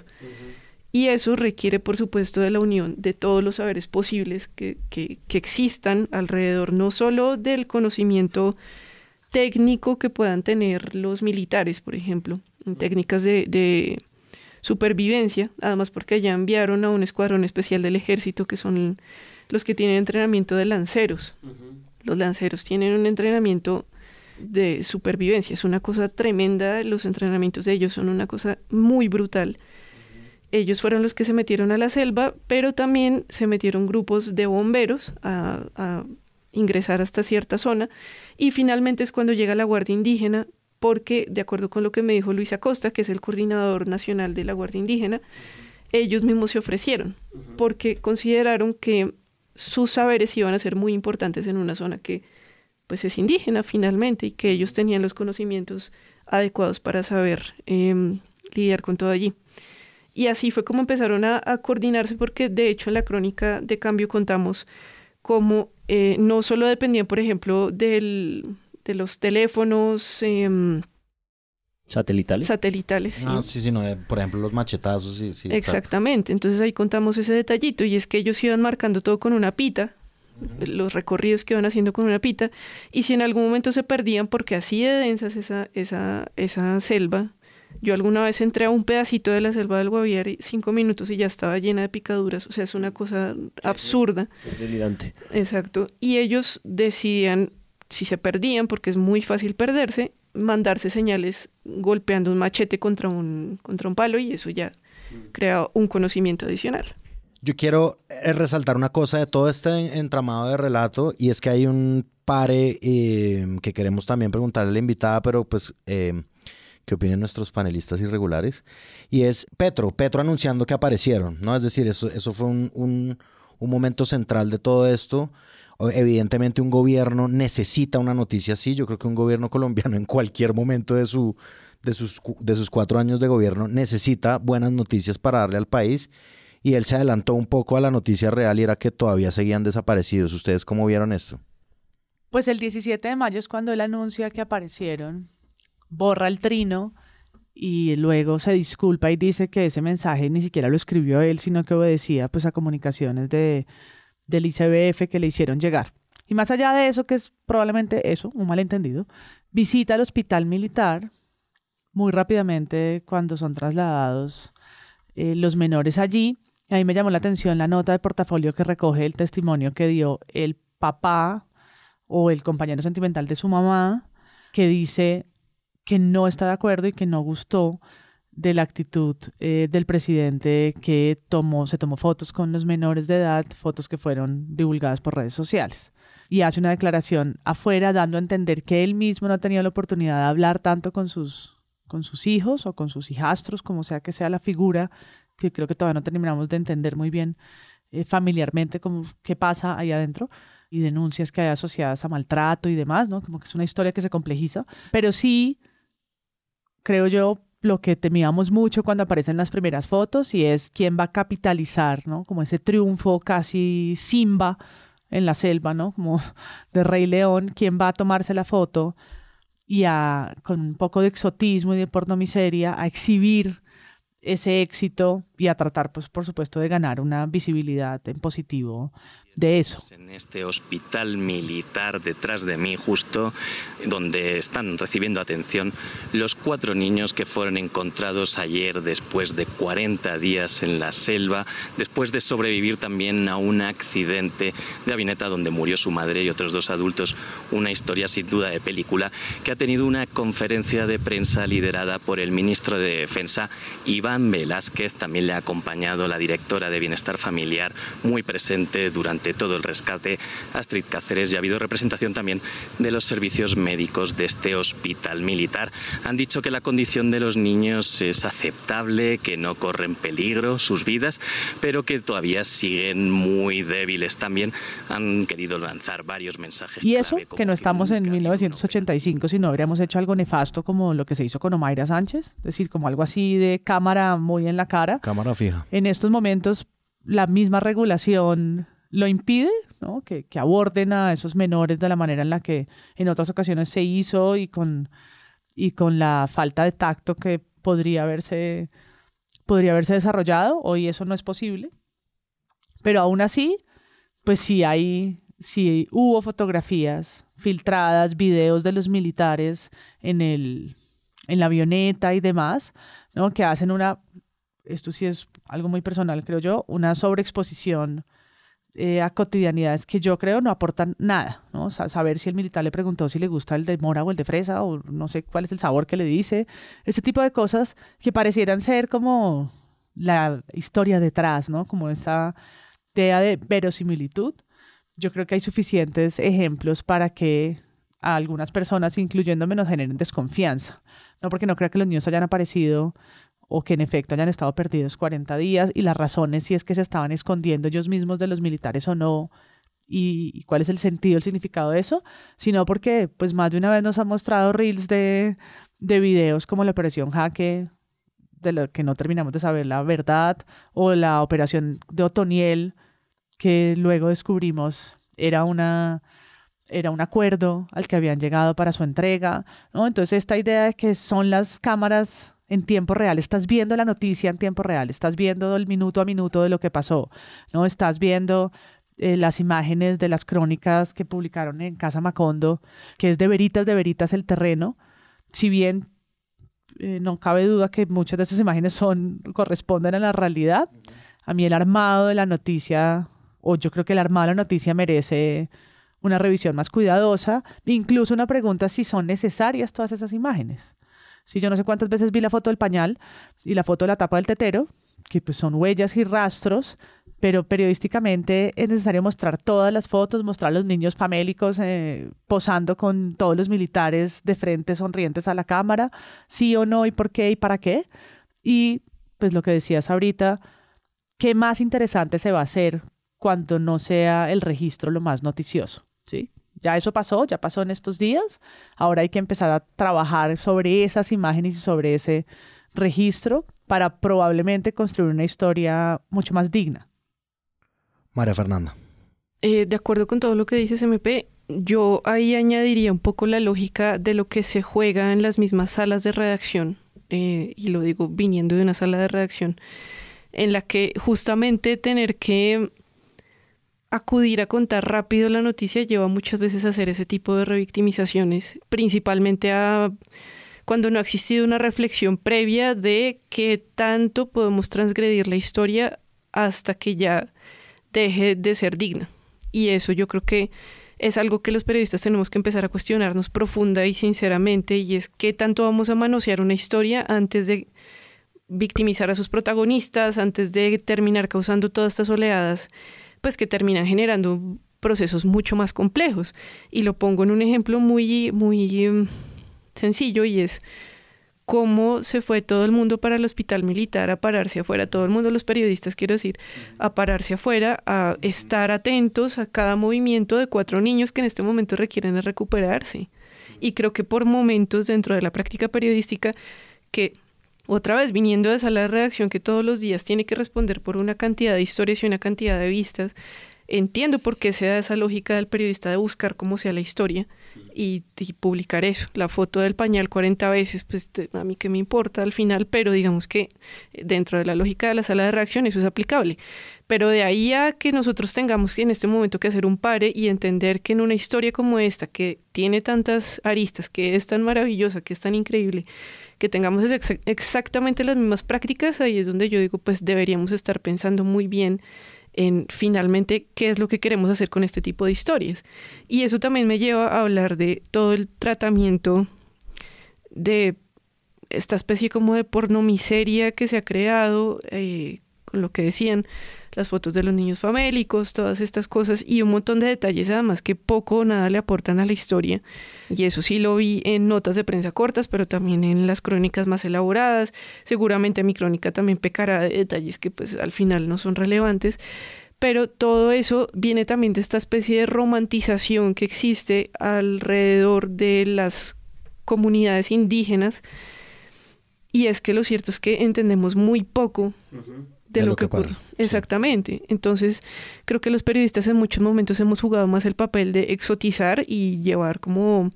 Y eso requiere, por supuesto, de la unión de todos los saberes posibles que existan alrededor, no solo del conocimiento técnico que puedan tener los militares, por ejemplo, en técnicas de supervivencia, además porque allá enviaron a un escuadrón especial del ejército que son los que tienen entrenamiento de lanceros. Los lanceros tienen un entrenamiento de supervivencia, es una cosa tremenda, los entrenamientos de ellos son una cosa muy brutal. Ellos fueron los que se metieron a la selva, pero también se metieron grupos de bomberos a ingresar hasta cierta zona, y finalmente es cuando llega la Guardia Indígena, porque de acuerdo con lo que me dijo Luis Acosta, que es el coordinador nacional de la Guardia Indígena, ellos mismos se ofrecieron, porque consideraron que sus saberes iban a ser muy importantes en una zona que pues es indígena finalmente, y que ellos tenían los conocimientos adecuados para saber lidiar con todo allí. Y así fue como empezaron a coordinarse, porque de hecho en la crónica de Cambio contamos cómo no solo dependían, por ejemplo, de los teléfonos ¿Satélitales? Satélitales, sí. Sí, sino por ejemplo los machetazos. Sí, exactamente. Entonces ahí contamos ese detallito, y es que ellos iban marcando todo con una pita, los recorridos que iban haciendo con una pita, y si en algún momento se perdían, porque así de densa es esa selva. Yo alguna vez entré a un pedacito de la selva del Guaviare, 5 minutos y ya estaba llena de picaduras, o sea, es una cosa absurda. Es delirante. Exacto. Y ellos decidían, si se perdían, porque es muy fácil perderse, mandarse señales golpeando un machete contra un palo, y eso ya crea un conocimiento adicional. Yo quiero resaltar una cosa de todo este entramado de relato, y es que hay un pare que queremos también preguntarle a la invitada, pero pues qué opinan nuestros panelistas irregulares, y es Petro anunciando que aparecieron, ¿no? Es decir, eso fue un momento central de todo esto. Evidentemente un gobierno necesita una noticia así. Yo creo que un gobierno colombiano en cualquier momento de sus 4 años de gobierno necesita buenas noticias para darle al país, y él se adelantó un poco a la noticia real, y era que todavía seguían desaparecidos. ¿Ustedes cómo vieron esto? Pues el 17 de mayo es cuando él anuncia que aparecieron, borra el trino y luego se disculpa y dice que ese mensaje ni siquiera lo escribió él, sino que obedecía pues a comunicaciones del ICBF que le hicieron llegar. Y más allá de eso, que es probablemente eso, un malentendido, visita el hospital militar muy rápidamente cuando son trasladados los menores allí. A mí me llamó la atención la nota de portafolio que recoge el testimonio que dio el papá o el compañero sentimental de su mamá, que dice que no está de acuerdo y que no gustó de la actitud del presidente, que se tomó fotos con los menores de edad, fotos que fueron divulgadas por redes sociales. Y hace una declaración afuera dando a entender que él mismo no ha tenido la oportunidad de hablar tanto con sus hijos o con sus hijastros, como sea que sea la figura, que creo que todavía no terminamos de entender muy bien familiarmente qué pasa ahí adentro, y denuncias que hay asociadas a maltrato y demás, ¿no? Como que es una historia que se complejiza, pero sí, creo yo, lo que temíamos mucho cuando aparecen las primeras fotos, y es quién va a capitalizar, ¿no? Como ese triunfo casi Simba en la selva, ¿no? Como de Rey León, quién va a tomarse la foto y con un poco de exotismo y de pornomiseria a exhibir ese éxito y a tratar, pues, por supuesto, de ganar una visibilidad en positivo de eso. En este hospital militar detrás de mí, justo donde están recibiendo atención los 4 niños que fueron encontrados ayer después de 40 días en la selva, después de sobrevivir también a un accidente de avioneta donde murió su madre y otros 2 adultos. Una historia sin duda de película, que ha tenido una conferencia de prensa liderada por el ministro de Defensa, Iván Velásquez. También le ha acompañado la directora de Bienestar Familiar, muy presente durante todo el rescate, Astrid Cáceres, y ha habido representación también de los servicios médicos de este hospital militar. Han dicho que la condición de los niños es aceptable, que no corren peligro sus vidas, pero que todavía siguen muy débiles. También han querido lanzar varios mensajes. Y eso, que no estamos en 1985, si no habríamos hecho algo nefasto como lo que se hizo con Omaira Sánchez, es decir, como algo así de cámara muy en la cara. Cámara fija. En estos momentos, la misma regulación lo impide, ¿no? Que aborden a esos menores de la manera en la que en otras ocasiones se hizo, y con la falta de tacto que podría haberse desarrollado. Hoy eso no es posible, pero aún así, pues sí hubo fotografías filtradas, videos de los militares en la avioneta y demás, ¿no? Que hacen una esto sí es algo muy personal, creo yo, una sobreexposición a cotidianidades que yo creo no aportan nada, ¿no? Saber si el militar le preguntó si le gusta el de mora o el de fresa, o no sé cuál es el sabor que le dice, ese tipo de cosas que parecieran ser como la historia detrás, ¿no? Como esa idea de verosimilitud. Yo creo que hay suficientes ejemplos para que a algunas personas, incluyéndome, nos generen desconfianza, ¿no? Porque no creo que los niños hayan aparecido o que en efecto hayan estado perdidos 40 días y las razones si es que se estaban escondiendo ellos mismos de los militares o no y cuál es el sentido, el significado de eso, sino porque pues más de una vez nos han mostrado reels de videos como la Operación Jaque, de lo que no terminamos de saber la verdad, o la operación de Otoniel, que luego descubrimos era un acuerdo al que habían llegado para su entrega, ¿no? Entonces esta idea de que son las cámaras en tiempo real, estás viendo la noticia en tiempo real, estás viendo el minuto a minuto de lo que pasó, ¿no? Estás viendo las imágenes de las crónicas que publicaron en Casa Macondo, que es de veritas el terreno, si bien no cabe duda que muchas de esas imágenes corresponden a la realidad. A mí el armado de la noticia, o yo creo que el armado de la noticia merece una revisión más cuidadosa, incluso una pregunta si son necesarias todas esas imágenes. Sí, yo no sé cuántas veces vi la foto del pañal y la foto de la tapa del tetero, que pues son huellas y rastros, pero periodísticamente es necesario mostrar todas las fotos, mostrar a los niños famélicos posando con todos los militares de frente sonrientes a la cámara, sí o no, y por qué y para qué. Y pues lo que decías ahorita, ¿qué más interesante se va a hacer cuando no sea el registro lo más noticioso? ¿Sí? Ya eso pasó, ya pasó en estos días. Ahora hay que empezar a trabajar sobre esas imágenes y sobre ese registro para probablemente construir una historia mucho más digna. María Fernanda. De acuerdo con todo lo que dices, MP, yo ahí añadiría un poco la lógica de lo que se juega en las mismas salas de redacción, y lo digo viniendo de una sala de redacción, en la que justamente tener que acudir a contar rápido la noticia lleva muchas veces a hacer ese tipo de revictimizaciones, principalmente cuando no ha existido una reflexión previa de qué tanto podemos transgredir la historia hasta que ya deje de ser digna. Y eso yo creo que es algo que los periodistas tenemos que empezar a cuestionarnos profunda y sinceramente, y es qué tanto vamos a manosear una historia antes de victimizar a sus protagonistas, antes de terminar causando todas estas oleadas, pues que terminan generando procesos mucho más complejos. Y lo pongo en un ejemplo muy, muy sencillo, y es cómo se fue todo el mundo para el hospital militar a pararse afuera, todo el mundo, los periodistas quiero decir, a pararse afuera, a estar atentos a cada movimiento de 4 niños que en este momento requieren recuperarse. Y creo que por momentos dentro de la práctica periodística, que otra vez viniendo de sala de redacción que todos los días tiene que responder por una cantidad de historias y una cantidad de vistas, entiendo por qué se da esa lógica del periodista de buscar cómo sea la historia y publicar eso, la foto del pañal 40 veces, pues a mí qué me importa al final, pero digamos que dentro de la lógica de la sala de redacción eso es aplicable. Pero de ahí a que nosotros tengamos que en este momento que hacer un pare y entender que en una historia como esta, que tiene tantas aristas, que es tan maravillosa, que es tan increíble, que tengamos exactamente las mismas prácticas, ahí es donde yo digo, pues deberíamos estar pensando muy bien en finalmente qué es lo que queremos hacer con este tipo de historias. Y eso también me lleva a hablar de todo el tratamiento de esta especie como de pornomiseria que se ha creado, con lo que decían, las fotos de los niños famélicos, todas estas cosas y un montón de detalles además que poco o nada le aportan a la historia. Y eso sí lo vi en notas de prensa cortas, pero también en las crónicas más elaboradas. Seguramente mi crónica también pecará de detalles que pues al final no son relevantes. Pero todo eso viene también de esta especie de romantización que existe alrededor de las comunidades indígenas. Y es que lo cierto es que entendemos muy poco de lo que ocurre. Exactamente. Entonces, creo que los periodistas en muchos momentos hemos jugado más el papel de exotizar y llevar como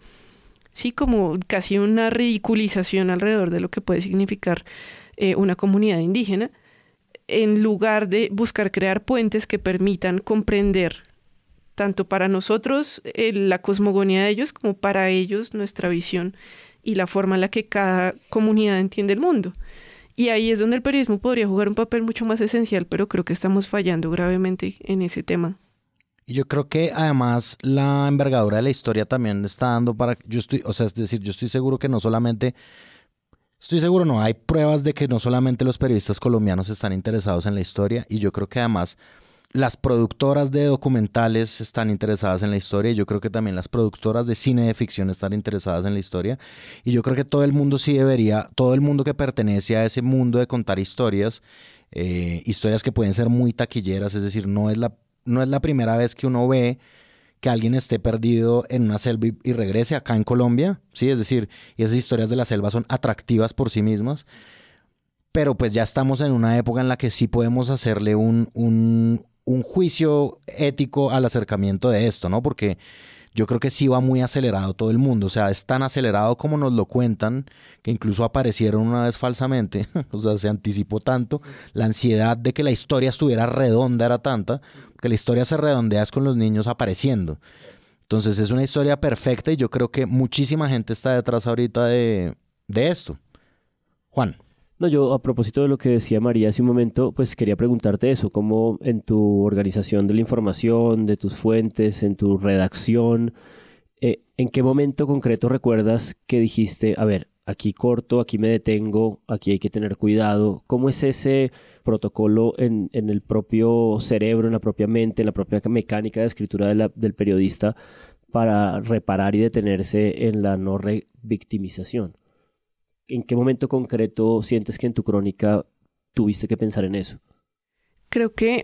casi una ridiculización alrededor de lo que puede significar una comunidad indígena, en lugar de buscar crear puentes que permitan comprender tanto para nosotros la cosmogonía de ellos como para ellos nuestra visión y la forma en la que cada comunidad entiende el mundo. Y ahí es donde el periodismo podría jugar un papel mucho más esencial, pero creo que estamos fallando gravemente en ese tema. Y yo creo que además la envergadura de la historia también está dando para... yo estoy seguro que no solamente... hay pruebas de que no solamente los periodistas colombianos están interesados en la historia, y yo creo que además las productoras de documentales están interesadas en la historia, y yo creo que también las productoras de cine de ficción están interesadas en la historia, y yo creo que todo el mundo todo el mundo que pertenece a ese mundo de contar historias, historias que pueden ser muy taquilleras, es decir, no es la primera vez que uno ve que alguien esté perdido en una selva y regrese acá en Colombia, ¿sí? Es decir, esas historias de la selva son atractivas por sí mismas, pero pues ya estamos en una época en la que sí podemos hacerle un juicio ético al acercamiento de esto, ¿no? Porque yo creo que sí va muy acelerado todo el mundo, o sea, es tan acelerado como nos lo cuentan, que incluso aparecieron una vez falsamente, o sea, se anticipó tanto, la ansiedad de que la historia estuviera redonda era tanta, que la historia se redondea es con los niños apareciendo. Entonces es una historia perfecta y yo creo que muchísima gente está detrás ahorita de esto. Juan. No, yo a propósito de lo que decía María hace un momento, pues quería preguntarte eso, cómo en tu organización de la información, de tus fuentes, en tu redacción, ¿en qué momento concreto recuerdas que dijiste, a ver, aquí corto, aquí me detengo, aquí hay que tener cuidado? ¿Cómo es ese protocolo en el propio cerebro, en la propia mente, en la propia mecánica de escritura del periodista para reparar y detenerse en la no revictimización? ¿En qué momento concreto sientes que en tu crónica tuviste que pensar en eso? Creo que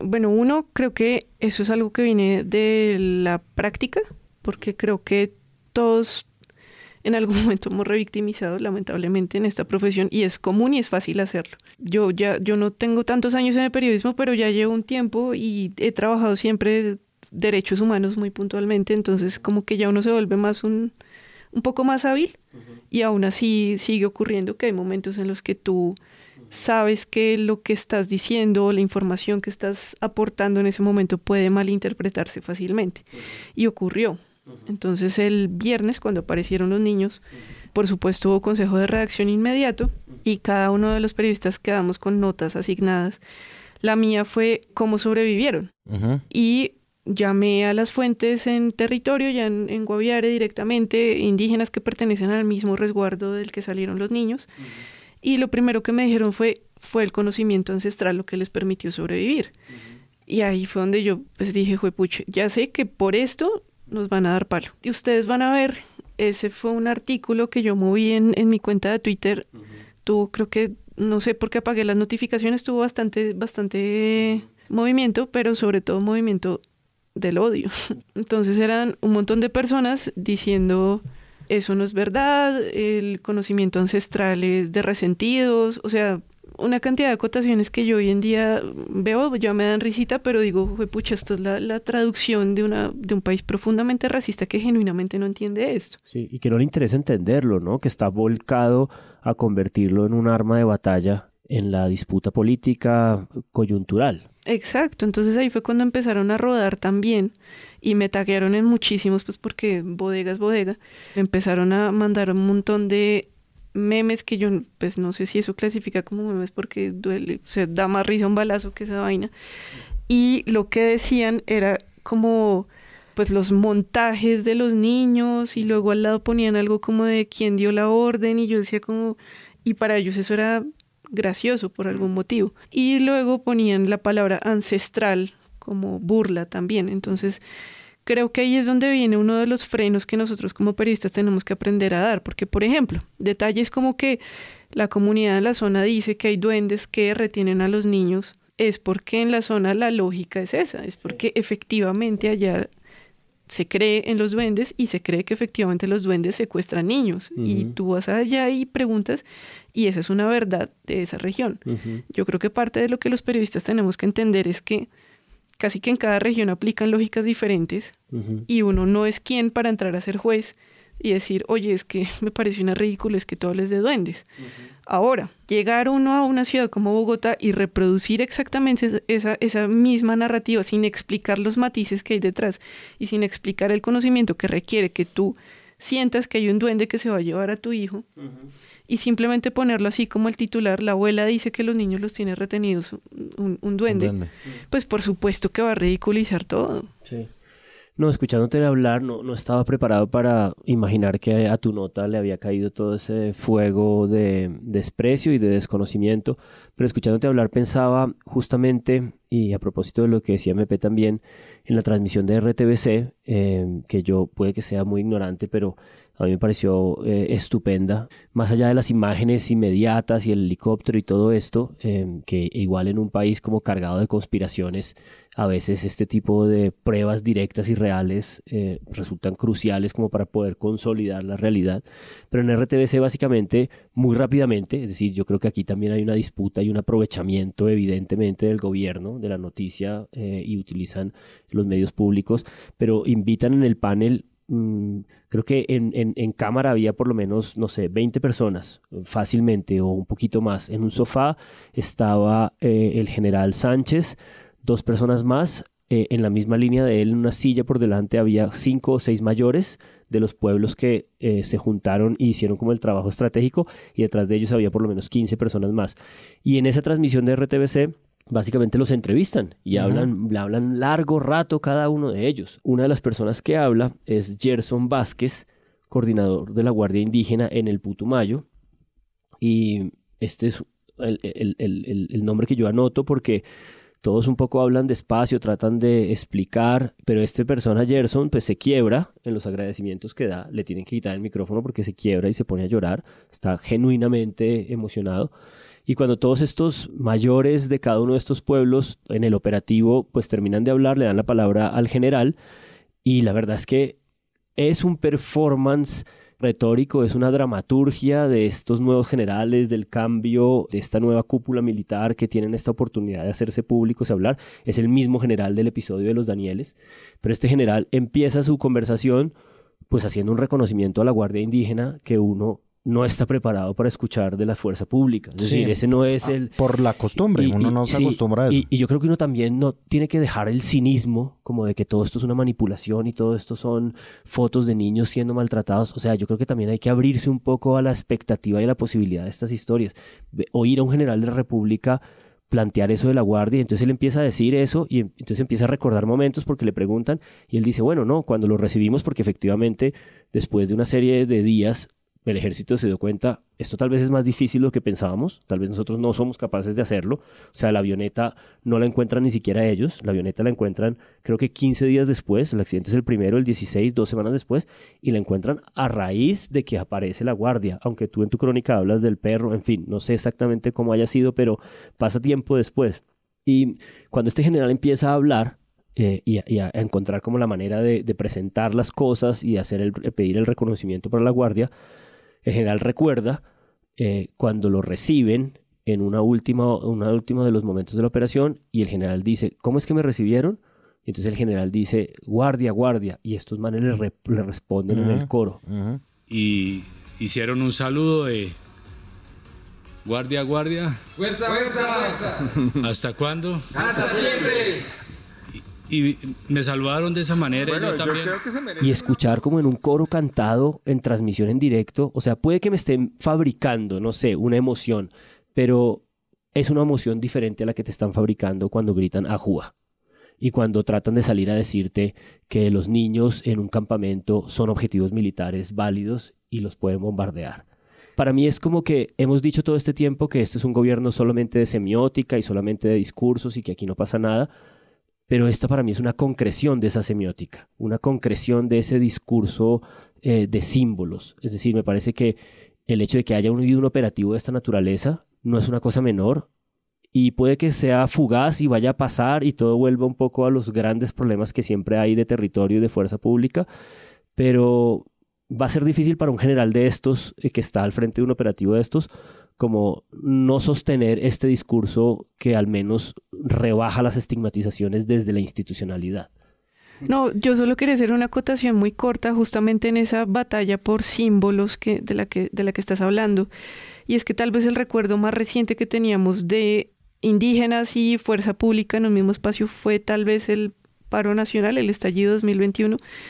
eso es algo que viene de la práctica, porque creo que todos en algún momento hemos revictimizado, lamentablemente, en esta profesión, y es común y es fácil hacerlo. Yo no tengo tantos años en el periodismo, pero ya llevo un tiempo y he trabajado siempre derechos humanos muy puntualmente, entonces como que ya uno se vuelve más un poco más hábil. Y aún así sigue ocurriendo que hay momentos en los que tú sabes que lo que estás diciendo o la información que estás aportando en ese momento puede malinterpretarse fácilmente. Y ocurrió. Entonces el viernes, cuando aparecieron los niños, por supuesto hubo consejo de redacción inmediato y cada uno de los periodistas quedamos con notas asignadas. La mía fue cómo sobrevivieron. Y llamé a las fuentes en territorio, ya en Guaviare directamente, indígenas que pertenecen al mismo resguardo del que salieron los niños. Y lo primero que me dijeron fue el conocimiento ancestral lo que les permitió sobrevivir. Y ahí fue donde yo pues dije, juepuche, ya sé que por esto nos van a dar palo. Y ustedes van a ver, ese fue un artículo que yo moví en mi cuenta de Twitter. Tuvo, creo que, no sé por qué apagué las notificaciones, tuvo bastante movimiento, pero sobre todo movimiento del odio. Entonces eran un montón de personas diciendo eso no es verdad, el conocimiento ancestral es de resentidos, o sea, una cantidad de acotaciones que yo hoy en día veo, ya me dan risita, pero digo, pucha, esto es la traducción de un país profundamente racista que genuinamente no entiende esto. Sí, y que no le interesa entenderlo, ¿no? Que está volcado a convertirlo en un arma de batalla en la disputa política coyuntural. Exacto, entonces ahí fue cuando empezaron a rodar también y me taguearon en muchísimos, pues porque bodega es bodega. Me empezaron a mandar un montón de memes que yo pues no sé si eso clasifica como memes porque duele, o sea, da más risa un balazo que esa vaina. Y lo que decían era como pues los montajes de los niños y luego al lado ponían algo como de quién dio la orden y yo decía como, y para ellos eso era gracioso por algún motivo. Y luego ponían la palabra ancestral como burla también. Entonces creo que ahí es donde viene uno de los frenos que nosotros como periodistas tenemos que aprender a dar. Porque, por ejemplo, detalles como que la comunidad en la zona dice que hay duendes que retienen a los niños, es porque en la zona la lógica es esa, es porque efectivamente allá se cree en los duendes y se cree que efectivamente los duendes secuestran niños. Y tú vas allá y preguntas y esa es una verdad de esa región. Yo creo que parte de lo que los periodistas tenemos que entender es que casi que en cada región aplican lógicas diferentes y uno no es quien para entrar a ser juez y decir, oye, es que me parece una ridiculez que tú hables de duendes. Ahora, llegar uno a una ciudad como Bogotá y reproducir exactamente esa misma narrativa sin explicar los matices que hay detrás y sin explicar el conocimiento que requiere que tú sientas que hay un duende que se va a llevar a tu hijo, y simplemente ponerlo así como el titular, la abuela dice que los niños los tiene retenidos un duende, pues por supuesto que va a ridiculizar todo. Sí. No, escuchándote hablar, no estaba preparado para imaginar que a tu nota le había caído todo ese fuego de desprecio y de desconocimiento, pero escuchándote hablar pensaba justamente, y a propósito de lo que decía MP también, en la transmisión de RTBC, que yo puede que sea muy ignorante, pero a mí me pareció estupenda, más allá de las imágenes inmediatas y el helicóptero y todo esto, que igual en un país como cargado de conspiraciones, a veces este tipo de pruebas directas y reales resultan cruciales como para poder consolidar la realidad. Pero en RTBC básicamente, muy rápidamente, es decir, yo creo que aquí también hay una disputa y un aprovechamiento evidentemente del gobierno, de la noticia, y utilizan los medios públicos, pero invitan en el panel, creo que en cámara había por lo menos, no sé, 20 personas fácilmente o un poquito más. En un sofá estaba el general Sánchez, 2 personas más, en la misma línea de él, en una silla por delante había 5 o 6 mayores de los pueblos que se juntaron y hicieron como el trabajo estratégico, y detrás de ellos había por lo menos 15 personas más. Y en esa transmisión de RTBC básicamente los entrevistan y hablan largo rato cada uno de ellos. Una de las personas que habla es Gerson Vázquez, coordinador de la Guardia Indígena en el Putumayo, y este es el nombre que yo anoto porque todos un poco hablan despacio, tratan de explicar, pero esta persona, Gerson, pues se quiebra en los agradecimientos que da, le tienen que quitar el micrófono porque se quiebra y se pone a llorar, está genuinamente emocionado. Y cuando todos estos mayores de cada uno de estos pueblos en el operativo pues terminan de hablar, le dan la palabra al general, y la verdad es que es un performance retórico, es una dramaturgia de estos nuevos generales, del cambio, de esta nueva cúpula militar que tienen esta oportunidad de hacerse públicos y hablar. Es el mismo general del episodio de los Danieles, pero este general empieza su conversación pues haciendo un reconocimiento a la Guardia Indígena que uno no está preparado para escuchar de la fuerza pública. Es decir, ese no es el... Por la costumbre, uno no se acostumbra a eso. Y yo creo que uno también no tiene que dejar el cinismo como de que todo esto es una manipulación y todo esto son fotos de niños siendo maltratados. O sea, yo creo que también hay que abrirse un poco a la expectativa y a la posibilidad de estas historias. Oír a un general de la República plantear eso de la Guardia, y entonces él empieza a decir eso y entonces empieza a recordar momentos porque le preguntan y él dice, bueno, no, cuando lo recibimos, porque efectivamente después de una serie de días el ejército se dio cuenta, esto tal vez es más difícil de lo que pensábamos, tal vez nosotros no somos capaces de hacerlo. O sea, la avioneta no la encuentran ni siquiera ellos, la avioneta la encuentran creo que 15 días después, el accidente es el primero, el 16, 2 semanas después, y la encuentran a raíz de que aparece la Guardia, aunque tú en tu crónica hablas del perro, en fin, no sé exactamente cómo haya sido, pero pasa tiempo después. Y cuando este general empieza a hablar, y a encontrar como la manera de presentar las cosas y pedir el reconocimiento para la Guardia, el general recuerda cuando lo reciben en una última de los momentos de la operación, y el general dice, ¿cómo es que me recibieron? Y entonces el general dice, guardia, guardia, y estos manes le responden en el coro. Y hicieron un saludo de guardia, guardia. ¡Fuerza, fuerza! ¿Hasta cuándo? ¡Hasta siempre! Y me saludaron de esa manera. Bueno, yo también. Creo que se merece. Y escuchar como en un coro cantado en transmisión en directo, o sea, puede que me estén fabricando, no sé, una emoción, pero es una emoción diferente a la que te están fabricando cuando gritan ajúa y cuando tratan de salir a decirte que los niños en un campamento son objetivos militares válidos y los pueden bombardear. Para mí es como que hemos dicho todo este tiempo que este es un gobierno solamente de semiótica y solamente de discursos y que aquí no pasa nada. Pero esta para mí es una concreción de esa semiótica, una concreción de ese discurso de símbolos. Es decir, me parece que el hecho de que haya habido un operativo de esta naturaleza no es una cosa menor, y puede que sea fugaz y vaya a pasar y todo vuelva un poco a los grandes problemas que siempre hay de territorio y de fuerza pública, pero va a ser difícil para un general de estos que está al frente de un operativo de estos como no sostener este discurso que al menos rebaja las estigmatizaciones desde la institucionalidad. No, yo solo quería hacer una acotación muy corta justamente en esa batalla por símbolos de la que estás hablando, y es que tal vez el recuerdo más reciente que teníamos de indígenas y fuerza pública en un mismo espacio fue tal vez el paro nacional, el estallido 2021,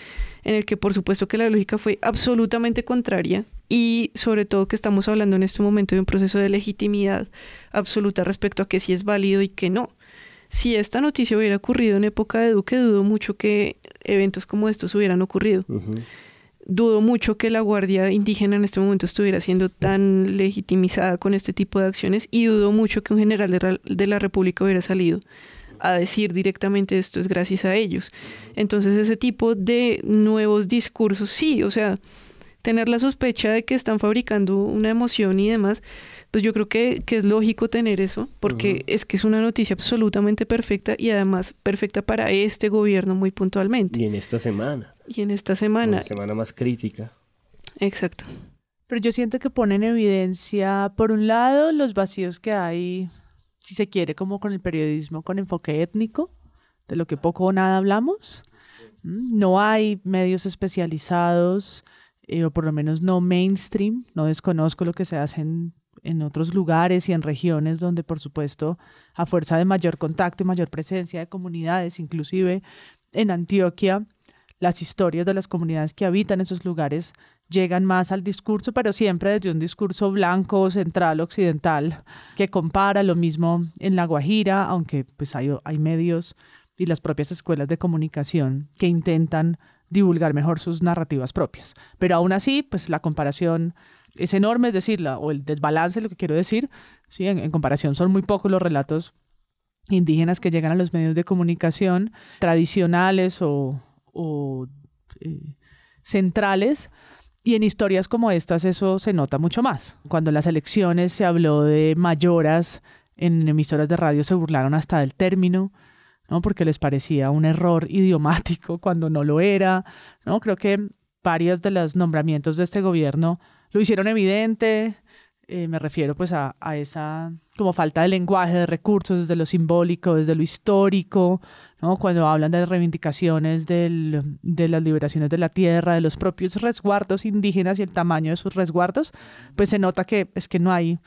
en el que por supuesto que la lógica fue absolutamente contraria y sobre todo que estamos hablando en este momento de un proceso de legitimidad absoluta respecto a que sí es válido y que no. Si esta noticia hubiera ocurrido en época de Duque, dudo mucho que eventos como estos hubieran ocurrido. Dudo mucho que la Guardia Indígena en este momento estuviera siendo tan legitimizada con este tipo de acciones y dudo mucho que un general de la República hubiera salido a decir directamente esto es gracias a ellos. Entonces ese tipo de nuevos discursos, sí, o sea, tener la sospecha de que están fabricando una emoción y demás, pues yo creo que es lógico tener eso, porque es que es una noticia absolutamente perfecta y además perfecta para este gobierno muy puntualmente. Y en esta semana. Una semana más crítica. Exacto. Pero yo siento que pone en evidencia, por un lado, los vacíos que hay, si se quiere, como con el periodismo con enfoque étnico, de lo que poco o nada hablamos. No hay medios especializados, o por lo menos no mainstream. No desconozco lo que se hace en otros lugares y en regiones donde, por supuesto, a fuerza de mayor contacto y mayor presencia de comunidades, inclusive en Antioquia, las historias de las comunidades que habitan esos lugares llegan más al discurso, pero siempre desde un discurso blanco, central, occidental, que compara. Lo mismo en La Guajira, aunque pues hay medios y las propias escuelas de comunicación que intentan divulgar mejor sus narrativas propias. Pero aún así, pues la comparación es enorme, es decir, o el desbalance, lo que quiero decir, ¿sí? En comparación son muy pocos los relatos indígenas que llegan a los medios de comunicación tradicionales o centrales, y en historias como estas eso se nota mucho más. Cuando las elecciones se habló de mayoras en emisoras de radio, se burlaron hasta del término, ¿no? Porque les parecía un error idiomático cuando no lo era, ¿no? Creo que varios de los nombramientos de este gobierno lo hicieron evidente. Me refiero pues a esa como falta de lenguaje, de recursos, desde lo simbólico, desde lo histórico, ¿no? Cuando hablan de las reivindicaciones de las liberaciones de la tierra, de los propios resguardos indígenas y el tamaño de sus resguardos, pues se nota que es que no hay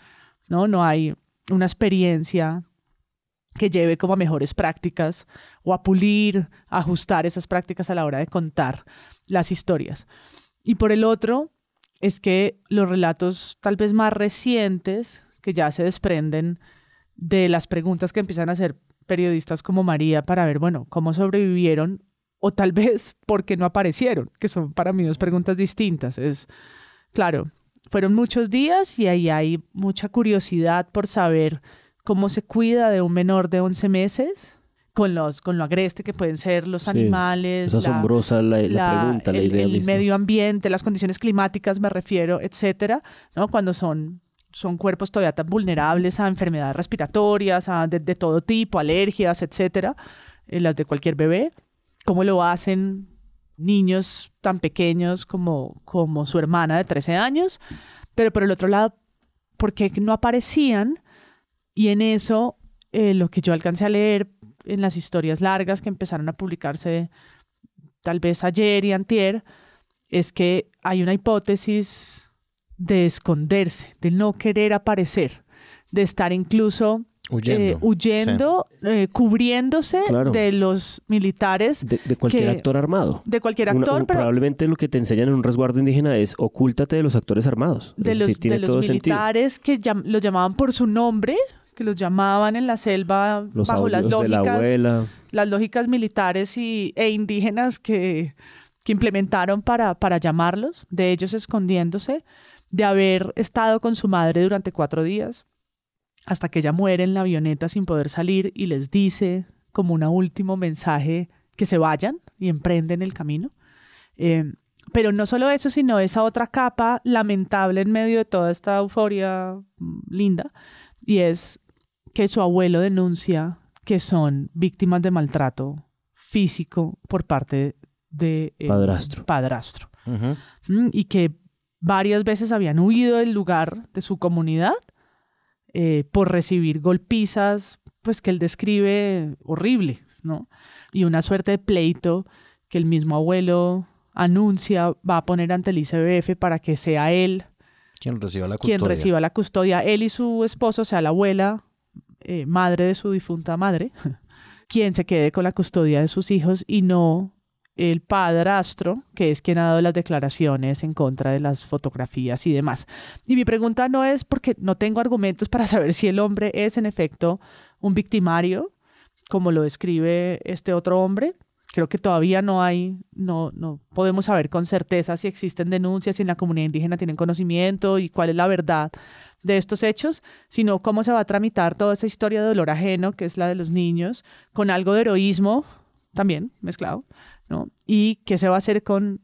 una experiencia que lleve como a mejores prácticas o a pulir, a ajustar esas prácticas a la hora de contar las historias. Y por el otro, es que los relatos tal vez más recientes, que ya se desprenden de las preguntas que empiezan a hacer periodistas como María para ver, bueno, cómo sobrevivieron o tal vez por qué no aparecieron, que son para mí dos preguntas distintas. Es, claro, fueron muchos días y ahí hay mucha curiosidad por saber cómo se cuida de un menor de 11 meses, con lo agreste que pueden ser los animales. Es asombrosa la pregunta, la idea el misma. Medio ambiente, las condiciones climáticas, me refiero, etcétera, ¿no? Cuando son cuerpos todavía tan vulnerables a enfermedades respiratorias, de todo tipo, alergias, etcétera, las de cualquier bebé. ¿Cómo lo hacen niños tan pequeños como su hermana de 13 años? Pero por el otro lado, ¿por qué no aparecían? Y en eso, lo que yo alcancé a leer en las historias largas que empezaron a publicarse tal vez ayer y antier, es que hay una hipótesis de esconderse, de no querer aparecer, de estar incluso huyendo, sí. Cubriéndose, claro, de los militares. De cualquier actor armado. De cualquier actor. Pero probablemente lo que te enseñan en un resguardo indígena es ocúltate de los actores armados. De los militares que los llamaban por su nombre, que los llamaban en la selva bajo las lógicas militares e indígenas que implementaron para llamarlos, de ellos escondiéndose, de haber estado con su madre durante 4 días, hasta que ella muere en la avioneta sin poder salir y les dice como un último mensaje que se vayan y emprenden el camino. Pero no solo eso, sino esa otra capa lamentable en medio de toda esta euforia linda, y es que su abuelo denuncia que son víctimas de maltrato físico por parte de padrastro. Uh-huh. Y que varias veces habían huido del lugar de su comunidad por recibir golpizas, pues que él describe horrible, ¿no? Y una suerte de pleito que el mismo abuelo anuncia va a poner ante el ICBF para que sea él quien reciba la custodia. Él y su esposo, o sea, la abuela, madre de su difunta madre, quien se quede con la custodia de sus hijos y no el padrastro, que es quien ha dado las declaraciones en contra de las fotografías y demás. Y mi pregunta no es porque no tengo argumentos para saber si el hombre es en efecto un victimario, como lo describe este otro hombre. Creo que todavía no podemos saber con certeza si existen denuncias, si en la comunidad indígena tienen conocimiento y cuál es la verdad de estos hechos, sino cómo se va a tramitar toda esa historia de dolor ajeno, que es la de los niños, con algo de heroísmo también mezclado, ¿no? Y qué se va a hacer con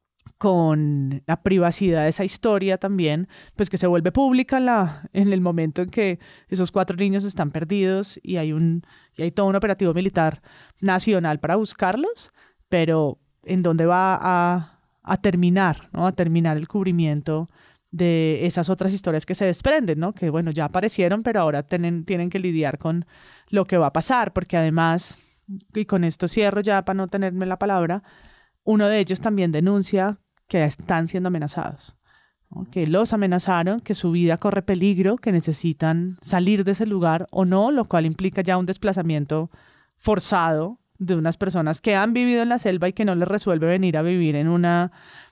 la privacidad de esa historia también, pues que se vuelve pública en el momento en que esos 4 niños están perdidos y hay todo un operativo militar nacional para buscarlos, pero en dónde va a terminar, ¿no? A terminar el cubrimiento de esas otras historias que se desprenden, ¿no? Que bueno, ya aparecieron, pero ahora tienen que lidiar con lo que va a pasar, porque además, y con esto cierro ya para no tenerme la palabra, uno de ellos también denuncia que están siendo amenazados, ¿no? Que los amenazaron, que su vida corre peligro, que necesitan salir de ese lugar o no, lo cual implica ya un desplazamiento forzado de unas personas que han vivido en la selva y que no les resuelve venir a vivir en una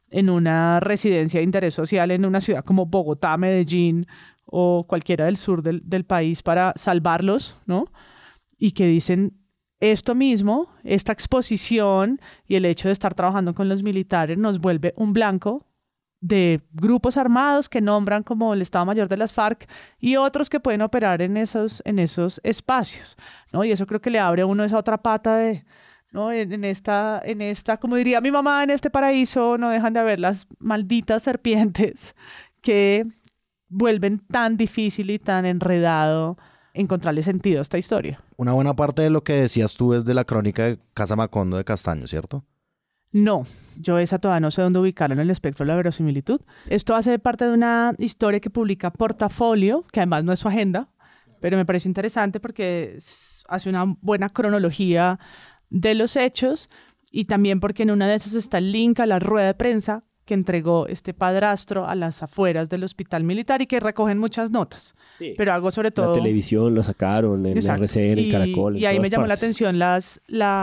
residencia de interés social en una ciudad como Bogotá, Medellín o cualquiera del sur del país para salvarlos, ¿no? Y que dicen esto mismo, esta exposición y el hecho de estar trabajando con los militares nos vuelve un blanco de grupos armados que nombran como el Estado Mayor de las FARC y otros que pueden operar en esos espacios, ¿no? Y eso creo que le abre a uno esa otra pata de, ¿no? En esta, como diría mi mamá, en este paraíso no dejan de haber las malditas serpientes que vuelven tan difícil y tan enredado encontrarle sentido a esta historia. Una buena parte de lo que decías tú es de la crónica de Casa Macondo de Castaño, ¿cierto? No, yo esa todavía no sé dónde ubicarla en el espectro de la verosimilitud. Esto hace parte de una historia que publica Portafolio, que además no es su agenda, pero me parece interesante porque hace una buena cronología de los hechos y también porque en una de esas está el link a la rueda de prensa que entregó este padrastro a las afueras del hospital militar y que recogen muchas notas. Sí. Pero algo sobre todo... La televisión lo sacaron, en RCN, en Caracol. Y ahí me llamó la atención las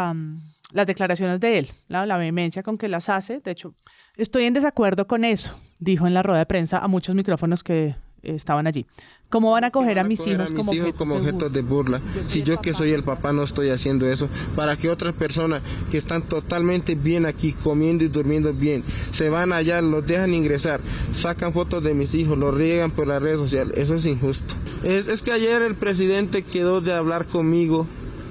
declaraciones de él, la vehemencia con que las hace. De hecho, estoy en desacuerdo con eso, dijo en la rueda de prensa a muchos micrófonos que estaban allí. ¿Cómo van a coger a mis hijos como objetos de burla? Si yo que soy el papá no estoy haciendo eso, para que otras personas que están totalmente bien aquí, comiendo y durmiendo bien, se van allá, los dejan ingresar, sacan fotos de mis hijos, los riegan por las redes sociales, eso es injusto. Es que ayer el presidente quedó de hablar conmigo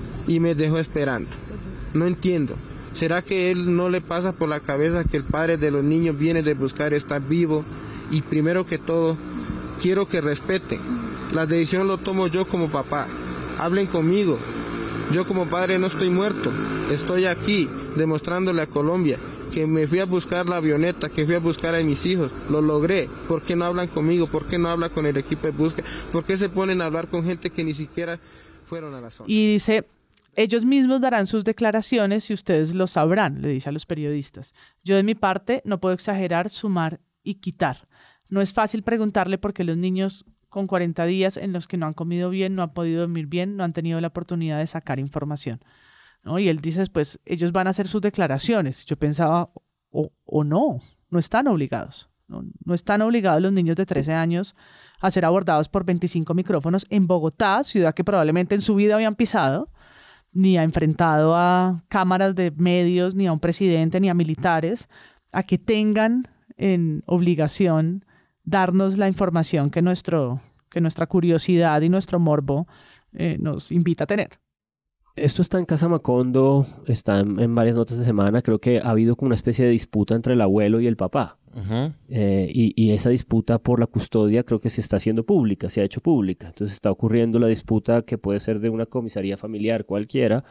y me dejó esperando. No entiendo. ¿Será que él no le pasa por la cabeza que el padre de los niños viene de buscar estar vivo? Y primero que todo, quiero que respeten. La decisión lo tomo yo como papá. Hablen conmigo. Yo como padre no estoy muerto. Estoy aquí demostrándole a Colombia que me fui a buscar la avioneta, que fui a buscar a mis hijos. Lo logré. ¿Por qué no hablan conmigo? ¿Por qué no hablan con el equipo de búsqueda? ¿Por qué se ponen a hablar con gente que ni siquiera fueron a la zona? Y dice... Ellos mismos darán sus declaraciones y ustedes lo sabrán, le dice a los periodistas. Yo de mi parte no puedo exagerar, sumar y quitar. No es fácil preguntarle por qué los niños con 40 días en los que no han comido bien, no han podido dormir bien, no han tenido la oportunidad de sacar información, ¿no? Y él dice, pues ellos van a hacer sus declaraciones. Yo pensaba, o no están obligados. No están obligados los niños de 13 años a ser abordados por 25 micrófonos en Bogotá, ciudad que probablemente en su vida habían pisado, ni ha enfrentado a cámaras de medios, ni a un presidente, ni a militares, a que tengan en obligación darnos la información que nuestra curiosidad y nuestro morbo nos invita a tener. Esto está en Casa Macondo, está en varias notas de semana. Creo que ha habido como una especie de disputa entre el abuelo y el papá. Uh-huh. Y esa disputa por la custodia creo que se está haciendo pública, se ha hecho pública. Entonces está ocurriendo la disputa que puede ser de una comisaría familiar cualquiera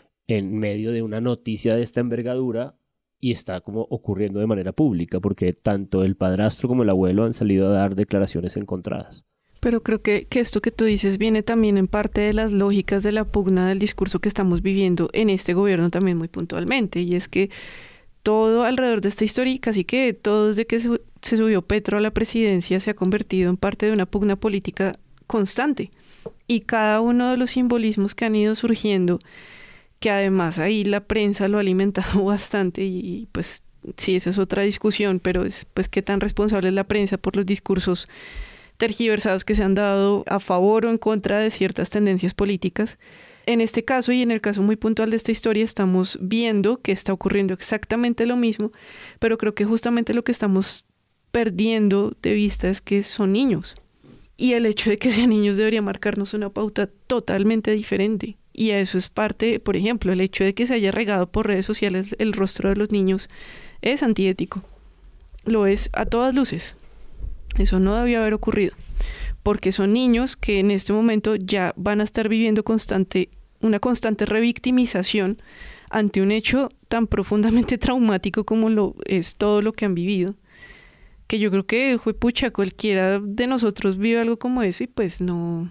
en medio de una noticia de esta envergadura y está como ocurriendo de manera pública porque tanto el padrastro como el abuelo han salido a dar declaraciones encontradas. Pero creo que esto que tú dices viene también en parte de las lógicas de la pugna del discurso que estamos viviendo en este gobierno también muy puntualmente, y es que todo alrededor de esta historia, casi que todo desde que se subió Petro a la presidencia se ha convertido en parte de una pugna política constante, y cada uno de los simbolismos que han ido surgiendo que además ahí la prensa lo ha alimentado bastante y pues sí, esa es otra discusión, pero es pues qué tan responsable es la prensa por los discursos tergiversados que se han dado a favor o en contra de ciertas tendencias políticas. En este caso y en el caso muy puntual de esta historia estamos viendo que está ocurriendo exactamente lo mismo, pero creo que justamente lo que estamos perdiendo de vista es que son niños. Y el hecho de que sean niños debería marcarnos una pauta totalmente diferente. Y a eso es parte, por ejemplo, el hecho de que se haya regado por redes sociales el rostro de los niños es antiético. Lo es a todas luces. Eso no debía haber ocurrido. Porque son niños que en este momento ya van a estar viviendo una constante revictimización ante un hecho tan profundamente traumático como lo es todo lo que han vivido. Que yo creo que, juepucha, cualquiera de nosotros vive algo como eso y pues no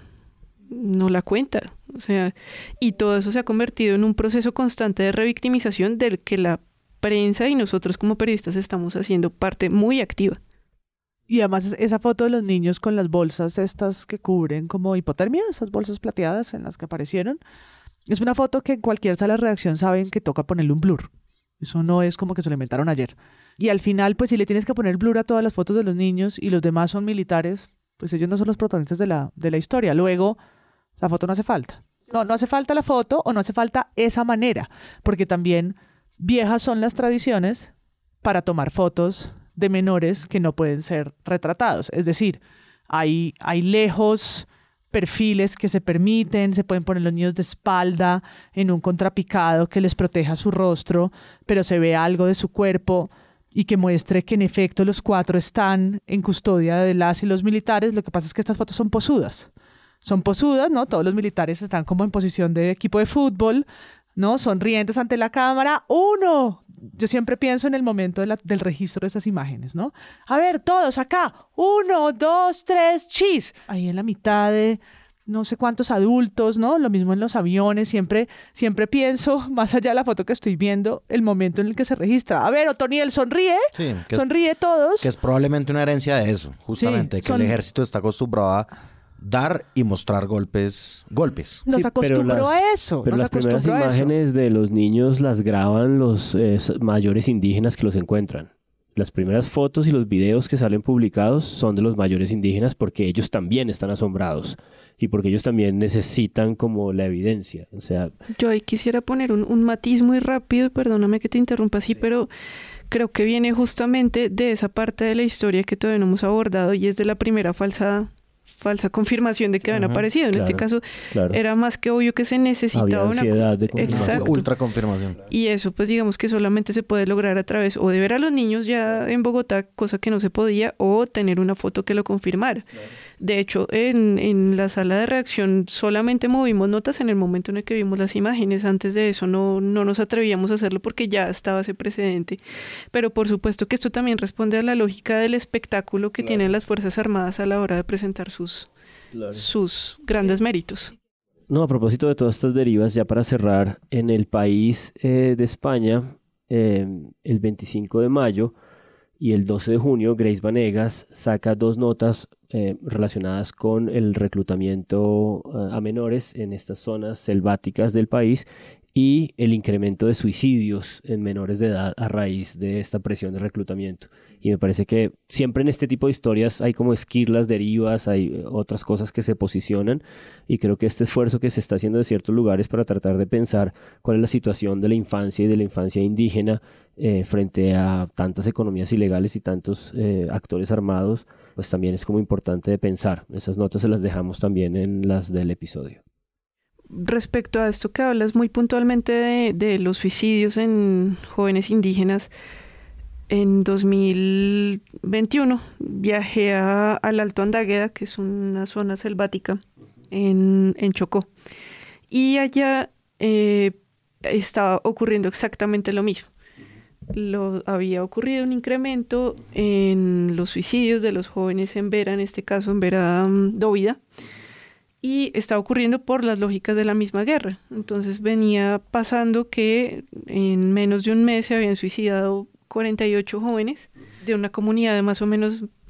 la cuenta. O sea, y todo eso se ha convertido en un proceso constante de revictimización del que la prensa y nosotros como periodistas estamos haciendo parte muy activa. Y además esa foto de los niños con las bolsas estas que cubren como hipotermia, esas bolsas plateadas en las que aparecieron, es una foto que en cualquier sala de redacción saben que toca ponerle un blur. Eso no es como que se lo inventaron ayer. Y al final, pues si le tienes que poner blur a todas las fotos de los niños y los demás son militares, pues ellos no son los protagonistas de la historia. Luego, la foto no hace falta. No hace falta la foto o no hace falta esa manera, porque también viejas son las tradiciones para tomar fotos de menores que no pueden ser retratados. Es decir, hay lejos perfiles que se permiten, se pueden poner los niños de espalda en un contrapicado que les proteja su rostro, pero se ve algo de su cuerpo y que muestre que en efecto los 4 están en custodia de las y los militares. Lo que pasa es que estas fotos son posudas. Son posudas, ¿no? Todos los militares están como en posición de equipo de fútbol, ¿no? Sonrientes ante la cámara. ¡Uno! Yo siempre pienso en el momento del registro de esas imágenes, ¿no? A ver, todos acá. 1, 2, 3, chis. Ahí en la mitad de no sé cuántos adultos, ¿no? Lo mismo en los aviones. Siempre pienso, más allá de la foto que estoy viendo, el momento en el que se registra. A ver, Otoniel, sonríe. Sí, sonríe todos. Que es probablemente una herencia de eso, justamente, sí, que el ejército está acostumbrado a dar y mostrar golpes. Nos acostumbró a eso. Pero las primeras imágenes de los niños las graban los mayores indígenas que los encuentran. Las primeras fotos y los videos que salen publicados son de los mayores indígenas porque ellos también están asombrados y porque ellos también necesitan como la evidencia. O sea, yo ahí quisiera poner un matiz muy rápido, perdóname que te interrumpa así, pero creo que viene justamente de esa parte de la historia que todavía no hemos abordado y es de la primera falsa confirmación de que habían aparecido. En este caso, era más que obvio que se necesitaba una ansiedad de confirmación. Ultra confirmación. Y eso, pues digamos que solamente se puede lograr a través o de ver a los niños ya en Bogotá, cosa que no se podía, o tener una foto que lo confirmara. De hecho, en la sala de redacción solamente movimos notas en el momento en el que vimos las imágenes. Antes de eso no nos atrevíamos a hacerlo porque ya estaba ese precedente. Pero por supuesto que esto también responde a la lógica del espectáculo que tienen las Fuerzas Armadas a la hora de presentar sus grandes méritos. No, a propósito de todas estas derivas, ya para cerrar, en El País de España, el 25 de mayo y el 12 de junio, Grace Vanegas saca 2 notas relacionadas con el reclutamiento a menores en estas zonas selváticas del país y el incremento de suicidios en menores de edad a raíz de esta presión de reclutamiento. Y me parece que siempre en este tipo de historias hay como esquirlas, derivas, hay otras cosas que se posicionan y creo que este esfuerzo que se está haciendo de ciertos lugares para tratar de pensar cuál es la situación de la infancia y de la infancia indígena frente a tantas economías ilegales y tantos actores armados, pues también es como importante de pensar. Esas notas se las dejamos también en las del episodio. Respecto a esto que hablas muy puntualmente de los suicidios en jóvenes indígenas, en 2021 viajé al Alto Andagueda, que es una zona selvática en Chocó, y allá estaba ocurriendo exactamente lo mismo. Había ocurrido un incremento en los suicidios de los jóvenes en Vera, en este caso en Vera Dóvida, y está ocurriendo por las lógicas de la misma guerra. Entonces venía pasando que en menos de un mes se habían suicidado 48 jóvenes de una comunidad de más o menos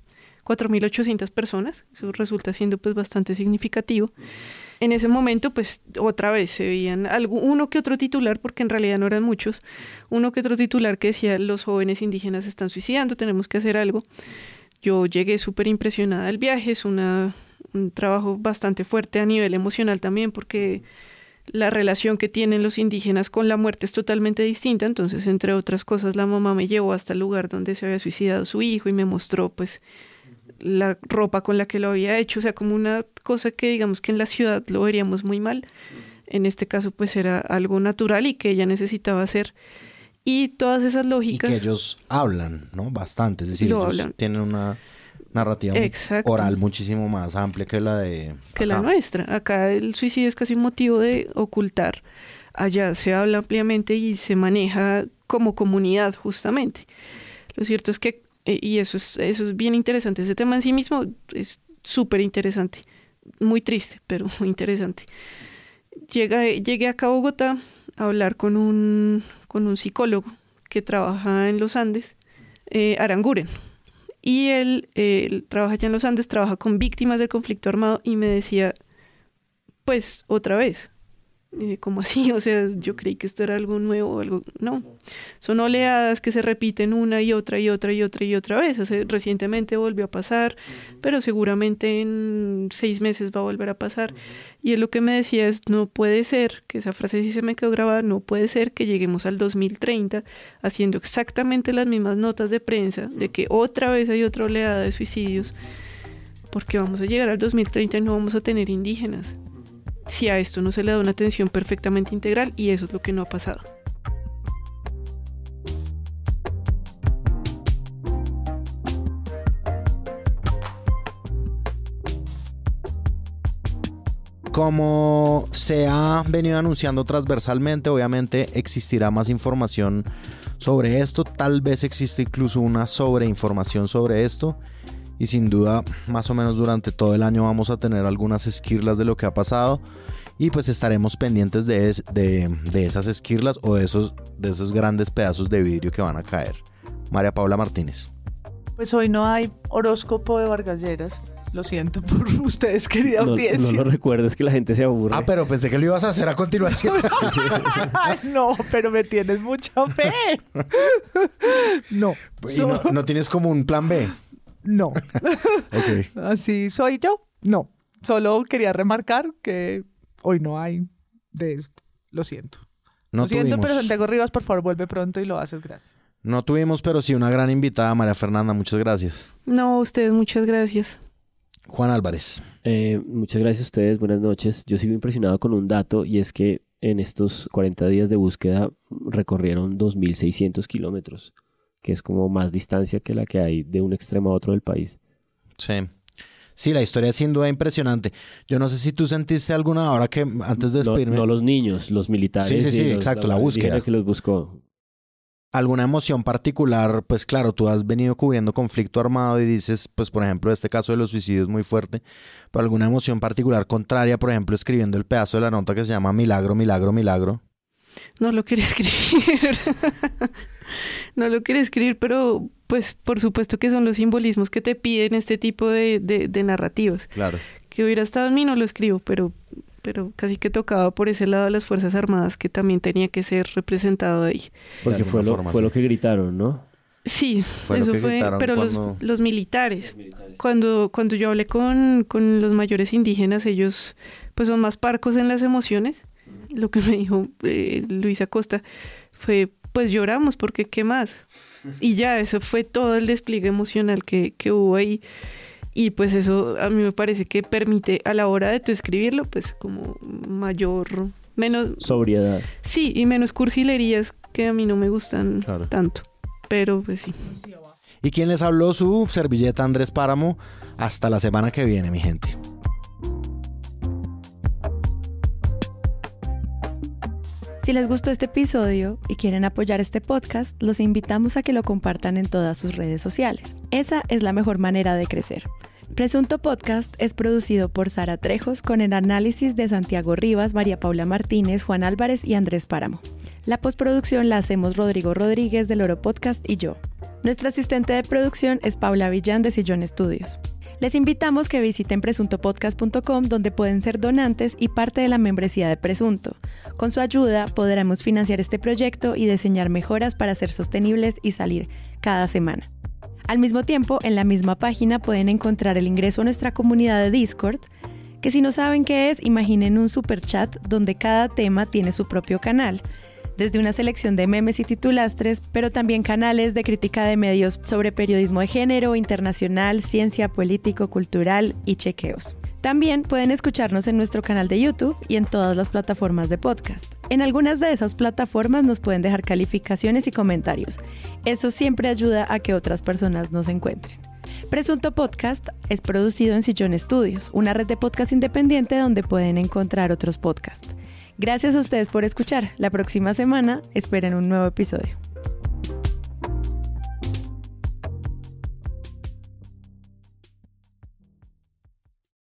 4.800 personas. Eso resulta siendo pues bastante significativo. En ese momento, pues otra vez se veían uno que otro titular, porque en realidad no eran muchos, uno que otro titular que decía: los jóvenes indígenas se están suicidando, tenemos que hacer algo. Yo llegué súper impresionada al viaje, es un trabajo bastante fuerte a nivel emocional también, porque la relación que tienen los indígenas con la muerte es totalmente distinta. Entonces, entre otras cosas, la mamá me llevó hasta el lugar donde se había suicidado su hijo y me mostró pues la ropa con la que lo había hecho, o sea, como una cosa que digamos que en la ciudad lo veríamos muy mal. En este caso pues era algo natural y que ella necesitaba hacer. Y todas esas lógicas... Y que ellos hablan, ¿no? Bastante, es decir, ellos tienen una narrativa oral muchísimo más amplia que la de... Que la nuestra. Acá el suicidio es casi un motivo de ocultar. Allá se habla ampliamente y se maneja como comunidad, justamente. Lo cierto es que, y eso es bien interesante, ese tema en sí mismo es súper interesante. Muy triste, pero muy interesante. Llegué acá a Bogotá a hablar con un psicólogo que trabaja en los Andes, Aranguren. Y él trabaja allá en los Andes, trabaja con víctimas del conflicto armado y me decía, pues, otra vez, ¿cómo así? O sea, yo creí que esto era algo nuevo, algo... No, son oleadas que se repiten una y otra y otra y otra y otra vez. Recientemente volvió a pasar, pero seguramente en 6 meses va a volver a pasar. Y él lo que me decía es, no puede ser, que esa frase sí se me quedó grabada, no puede ser que lleguemos al 2030 haciendo exactamente las mismas notas de prensa de que otra vez hay otra oleada de suicidios, porque vamos a llegar al 2030 y no vamos a tener indígenas. Si a esto no se le da una atención perfectamente integral, y eso es lo que no ha pasado. Como se ha venido anunciando transversalmente, obviamente existirá más información sobre esto, tal vez existe incluso una sobreinformación sobre esto, y sin duda más o menos durante todo el año vamos a tener algunas esquirlas de lo que ha pasado, y pues estaremos pendientes de esas esquirlas o de esos grandes pedazos de vidrio que van a caer. María Paula Martínez. Pues hoy no hay horóscopo de Vargas Lleras. Lo siento por ustedes, querida audiencia. No lo recuerdes, que la gente se aburre. Ah, pero pensé que lo ibas a hacer a continuación. No, pero me tienes mucha fe. No. ¿Y no tienes como un plan B? No. Okay. ¿Así soy yo? No. Solo quería remarcar que hoy no hay de esto. Lo siento. Lo siento, pero Santiago Rivas, por favor, vuelve pronto y lo haces. Gracias. No tuvimos, pero sí una gran invitada, María Fernanda. Muchas gracias. No, ustedes, muchas gracias. Juan Álvarez. Muchas gracias a ustedes, buenas noches. Yo sigo impresionado con un dato, y es que en estos 40 días de búsqueda recorrieron 2.600 kilómetros, que es como más distancia que la que hay de un extremo a otro del país. Sí, la historia es sin duda impresionante. Yo no sé si tú sentiste alguna hora que antes de despedirme... No los niños, los militares. Sí, exacto, la búsqueda. Que los buscó. ¿Alguna emoción particular? Pues claro, tú has venido cubriendo conflicto armado y dices, pues por ejemplo, este caso de los suicidios es muy fuerte, pero alguna emoción particular contraria, por ejemplo, escribiendo el pedazo de la nota que se llama Milagro, Milagro, Milagro. No lo quería escribir. No lo quería escribir, pero pues por supuesto que son los simbolismos que te piden este tipo de narrativas. Claro. Que hubiera estado en mí, no lo escribo, pero casi que tocaba por ese lado de las Fuerzas Armadas, que también tenía que ser representado ahí. Porque fue lo que gritaron, ¿no? Sí, eso fue, pero cuando... los militares. Cuando yo hablé con los mayores indígenas, ellos pues son más parcos en las emociones. Lo que me dijo Luis Acosta fue, pues lloramos, porque ¿qué más? Y ya, eso fue todo el despliegue emocional que hubo ahí. Y pues eso a mí me parece que permite a la hora de tú escribirlo, pues como menos... sobriedad. Sí, y menos cursilerías que a mí no me gustan tanto. Pero pues sí. ¿Y quién les habló? Su servilleta Andrés Páramo. Hasta la semana que viene, mi gente. Si les gustó este episodio y quieren apoyar este podcast, los invitamos a que lo compartan en todas sus redes sociales. Esa es la mejor manera de crecer. Presunto Podcast es producido por Sara Trejos con el análisis de Santiago Rivas, María Paula Martínez, Juan Álvarez y Andrés Páramo. La postproducción la hacemos Rodrigo Rodríguez del Oro Podcast y yo. Nuestra asistente de producción es Paula Villán de Sillón Estudios. Les invitamos que visiten presuntopodcast.com, donde pueden ser donantes y parte de la membresía de Presunto. Con su ayuda podremos financiar este proyecto y diseñar mejoras para ser sostenibles y salir cada semana. Al mismo tiempo, en la misma página pueden encontrar el ingreso a nuestra comunidad de Discord, que si no saben qué es, imaginen un superchat donde cada tema tiene su propio canal, desde una selección de memes y titulastres, pero también canales de crítica de medios sobre periodismo de género, internacional, ciencia, político, cultural y chequeos. También pueden escucharnos en nuestro canal de YouTube y en todas las plataformas de podcast. En algunas de esas plataformas nos pueden dejar calificaciones y comentarios. Eso siempre ayuda a que otras personas nos encuentren. Presunto Podcast es producido en Sillón Estudios, una red de podcast independiente donde pueden encontrar otros podcasts. Gracias a ustedes por escuchar. La próxima semana esperen un nuevo episodio.